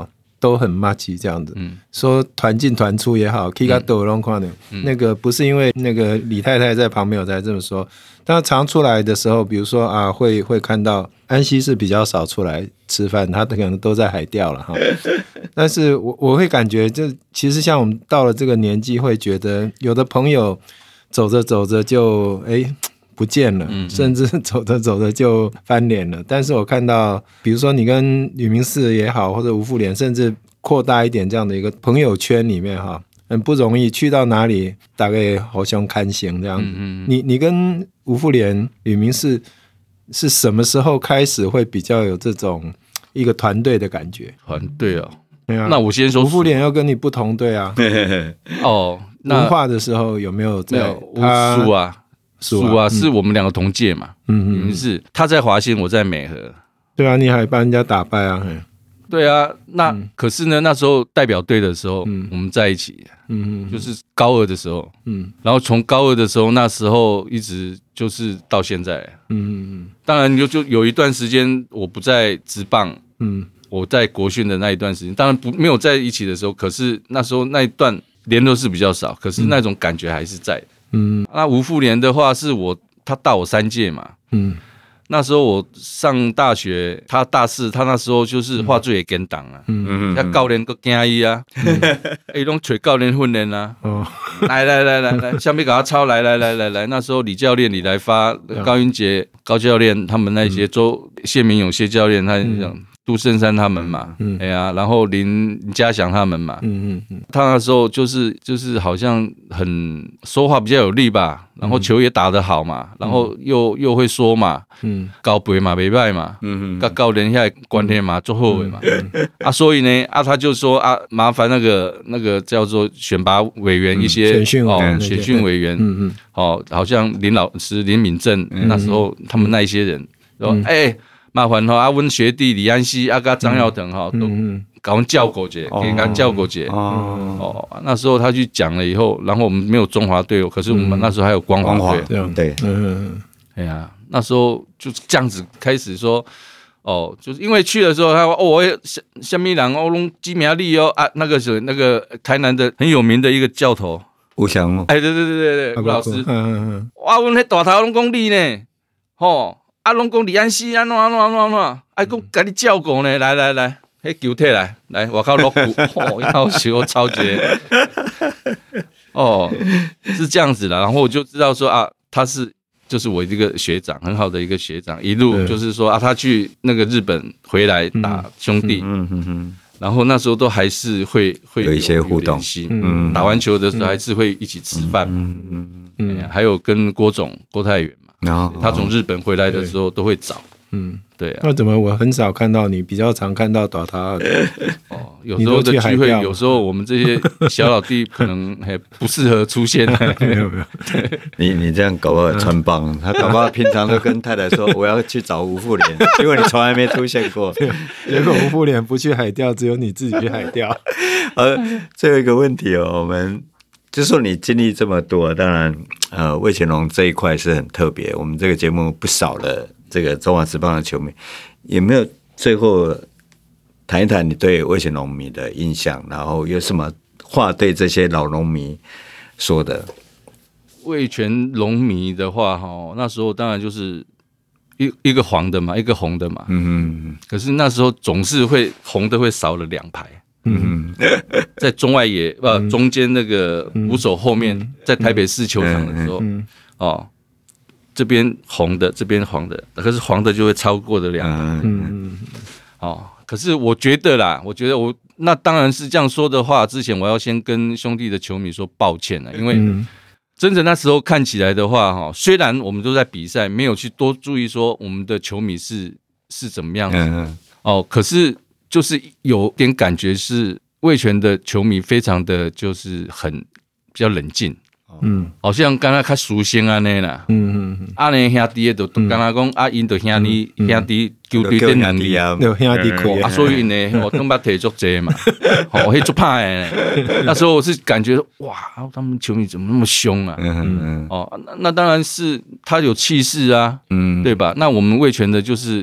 Speaker 4: 都很默契这样子。嗯，说团进团出也好 ，K 卡都拢看的，那个不是因为那个李太太在旁边我才这么说。但常出来的时候，比如说啊，会会看到安溪是比较少出来吃饭，他可能都在海钓了哈。但是我我会感觉，就其实像我们到了这个年纪，会觉得有的朋友走着走着就哎不见了，嗯嗯甚至走着走着就翻脸了。但是我看到，比如说你跟吕明士也好，或者吴富连，甚至扩大一点这样的一个朋友圈里面哈。很不容易，去到哪里大概好像看行这样子。嗯嗯你你跟吴富连、吕明士是什么时候开始会比较有这种一个团队的感觉？
Speaker 3: 团队哦，
Speaker 4: 对啊。
Speaker 3: 那我先说，
Speaker 4: 吴富连要跟你不同队啊。
Speaker 3: 哦，
Speaker 4: 文化的时候有没有在？
Speaker 3: 他苏啊，苏啊，
Speaker 4: 嗯、
Speaker 3: 是我们两个同届嘛。嗯嗯，吕是他在华新，我在美和。
Speaker 4: 对啊，你还帮人家打败啊。
Speaker 3: 对啊，那、嗯、可是呢，那时候代表队的时候，嗯、我们在一起，嗯，就是高二的时候，嗯，然后从高二的时候，那时候一直就是到现在，嗯嗯，当然就就有一段时间我不在职棒，嗯，我在国训的那一段时间，当然不没有在一起的时候，可是那时候那一段联络是比较少，可是那种感觉还是在的，嗯，那吴富连的话是我他大我三届嘛，嗯。那时候我上大学，他大四，他那时候就是话最会跟党啊，嗯嗯，教练个惊伊啊，伊拢找教练训练啊，哦，来来来来来，下面给他抄，来来来来来，那时候李教练、李来发、高云杰、高教练他们那些周谢明勇、谢教练，他讲杜胜山他们嘛，嗯，哎呀，然后林林家祥他们嘛，嗯嗯嗯，他那时候就是就是好像很说话比较有力吧，然后球也打得好嘛，然后又又会说嘛，嗯，高背嘛，袂歹嘛，嗯嗯，跟教练遐关系嘛，做好的嘛，嗯、啊，所以呢，啊，他就说啊，麻烦那个那个叫做选拔委员一些、
Speaker 4: 嗯、选训
Speaker 3: 哦，选训委员，嗯嗯，哦，好像林老师林敏正、嗯、那时候他们那一些人说，哎、嗯。欸麻烦哈，啊，阮学弟李安熙、啊，跟张耀腾哈，都给我们叫过去，给他叫过去。哦，那时候他去讲了以后，然后我们没有中华队，可是我们那时候还有光华队。
Speaker 4: 对，
Speaker 3: 嗯，哎呀，那时候就是这样子开始说，哦，就是因为去的时候，他说哦，我下下面人哦，拢基米亚利哦啊，那个是那个台南的很有名的一个教头
Speaker 1: 吴祥哦，
Speaker 3: 哎，对对对对对，吴老师，嗯嗯嗯，哇，阮迄大头拢讲你呢，吼。啊，拢讲李安熙安怎安怎安怎安怎，啊，讲甲你照顾呢，来来来，迄球体来，来，外口落骨，哦，要求超绝，哦，是这样子的，然后我就知道说啊，他是就是我这个学长，很好的一个学长，一路就是说啊，他去那个日本回来打兄弟，嗯嗯嗯，然后那时候都还是会会
Speaker 1: 有一些互动，
Speaker 3: 嗯，打完球的时候还是会一起吃饭，嗯嗯嗯，还有跟郭总郭泰源。他从日本回来的时候都会找，嗯，对啊。
Speaker 4: 那怎么我很少看到你，比较常看到打他？
Speaker 3: 哦，有时候的聚会，有时候我们这些小老弟可能还不适合出现。
Speaker 4: 没有没有，
Speaker 1: 你你这样搞不好穿帮，他搞不好平常都跟太太说我要去找吴富连，结果你从来没出现过。
Speaker 4: 结果吴富连不去海钓，只有你自己去海钓。
Speaker 1: 呃，最后一个问题哦，我们。就是说你经历这么多，当然，呃，魏乾隆这一块是很特别。我们这个节目不少的这个中华职棒的球迷，有没有最后谈一谈你对魏乾隆迷的印象？然后有什么话对这些老农迷说的？
Speaker 3: 魏乾隆迷的话，哈，那时候当然就是一一个黄的嘛，一个红的嘛，嗯嗯。可是那时候总是会红的会少了两排。嗯，在中外野不、呃、中间那个捕手后面，在台北市球场的时候，嗯、哦，这边红的，这边黄的，可是黄的就会超过的两排。嗯嗯，哦，可是我觉得啦，我觉得我那当然是这样说的话，之前我要先跟兄弟的球迷说抱歉了，因为真的那时候看起来的话，哈，虽然我们都在比赛，没有去多注意说我们的球迷是是怎么样子，嗯、哦，可是。就是有点感觉是味全的球迷非常的就是很比较冷静，嗯，好像刚刚较熟悉安尼啦，嗯嗯，安尼兄弟都刚刚讲啊，因就兄弟兄弟球队的能力啊，
Speaker 4: 有兄弟亏
Speaker 3: 啊，所以呢，我东把腿足济嘛，哦，会足怕的。那时候我是感觉哇，他们球迷怎么那么凶啊？嗯嗯，哦，那那当然是他有气势啊，嗯，对吧？那我们味全的就是。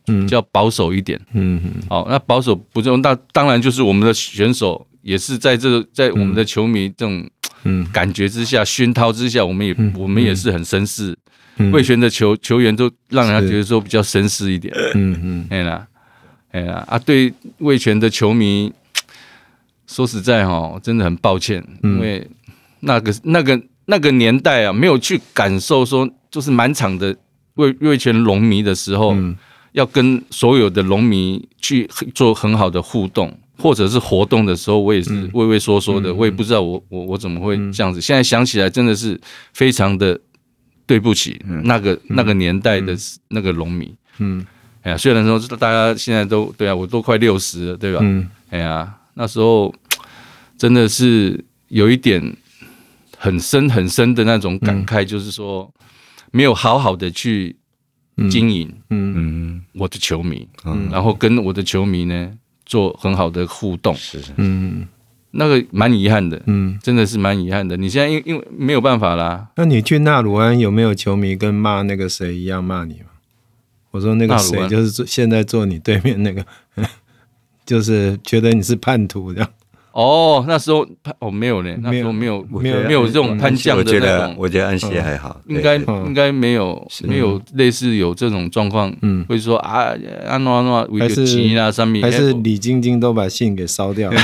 Speaker 3: 比较保守一点。嗯嗯，好，那保守不重，那当然就是我们的选手也是在这个在我们的球迷这种感觉之下、熏陶之下，我们也我们也是很绅士。味全的球球员都让人家觉得说比较绅士一点。嗯嗯，哎啦，哎啦啊，对味全的球迷，说实在哈，真的很抱歉，因为那个那个那个年代啊，没有去感受说，就是满场的味味全龙迷的时候，嗯、要跟所有的龙迷去做很好的互动，或者是活动的时候，我也是畏畏缩缩的，嗯、我也不知道我我我怎么会这样子。嗯、现在想起来，真的是非常的对不起、嗯、那个那个年代的那个龙迷。嗯，哎呀，虽然说大家现在都对啊，我都快六十了，对吧？嗯，哎呀，那时候真的是有一点很深很深的那种感慨，嗯、就是说没有好好的去经营，嗯嗯，我的球迷，嗯，然后跟我的球迷呢做很好的互动，是，嗯。那个蛮遗憾的，嗯，真的是蛮遗憾的。你现在因因为没有办法啦。
Speaker 4: 那你去纳鲁安有没有球迷跟骂那个谁一样骂你吗？我说那个谁就是现在坐你对面那个，就是觉得你是叛徒这样。
Speaker 3: 哦，那时候哦没有呢，那时候没有没有没有这种叛将的那种。
Speaker 1: 我觉得我觉得安西还好，
Speaker 3: 应该应该没有没有类似有这种状况，嗯，会说啊安诺安诺为个钱啊上面，
Speaker 4: 还是李晶晶都把信给烧掉了。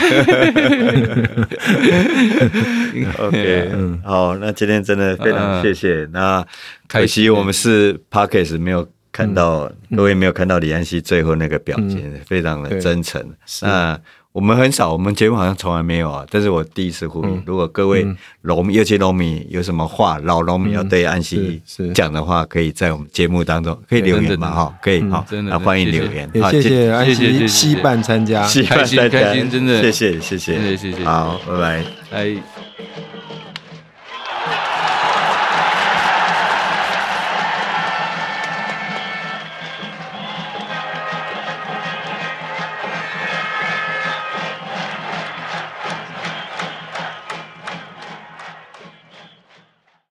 Speaker 1: OK， 好，那今天真的非常谢谢。那可惜我们是 Podcast 没有看到各位没有看到李安西最后那个表现，非常的真诚。那我们很少，我们节目好像从来没有啊。但是我第一次呼吁，嗯、如果各位龙迷，尤其龙迷有什么话，老龙迷要对安西讲的话，可以在我们节目当中可以留言嘛？哈，可以好，那欢迎留言。
Speaker 4: 也谢谢安西西办参加，
Speaker 1: 西办参加，
Speaker 3: 开心，真的，
Speaker 1: 谢谢，谢谢，
Speaker 3: 谢谢，谢谢，
Speaker 1: 好，拜拜，
Speaker 3: 拜。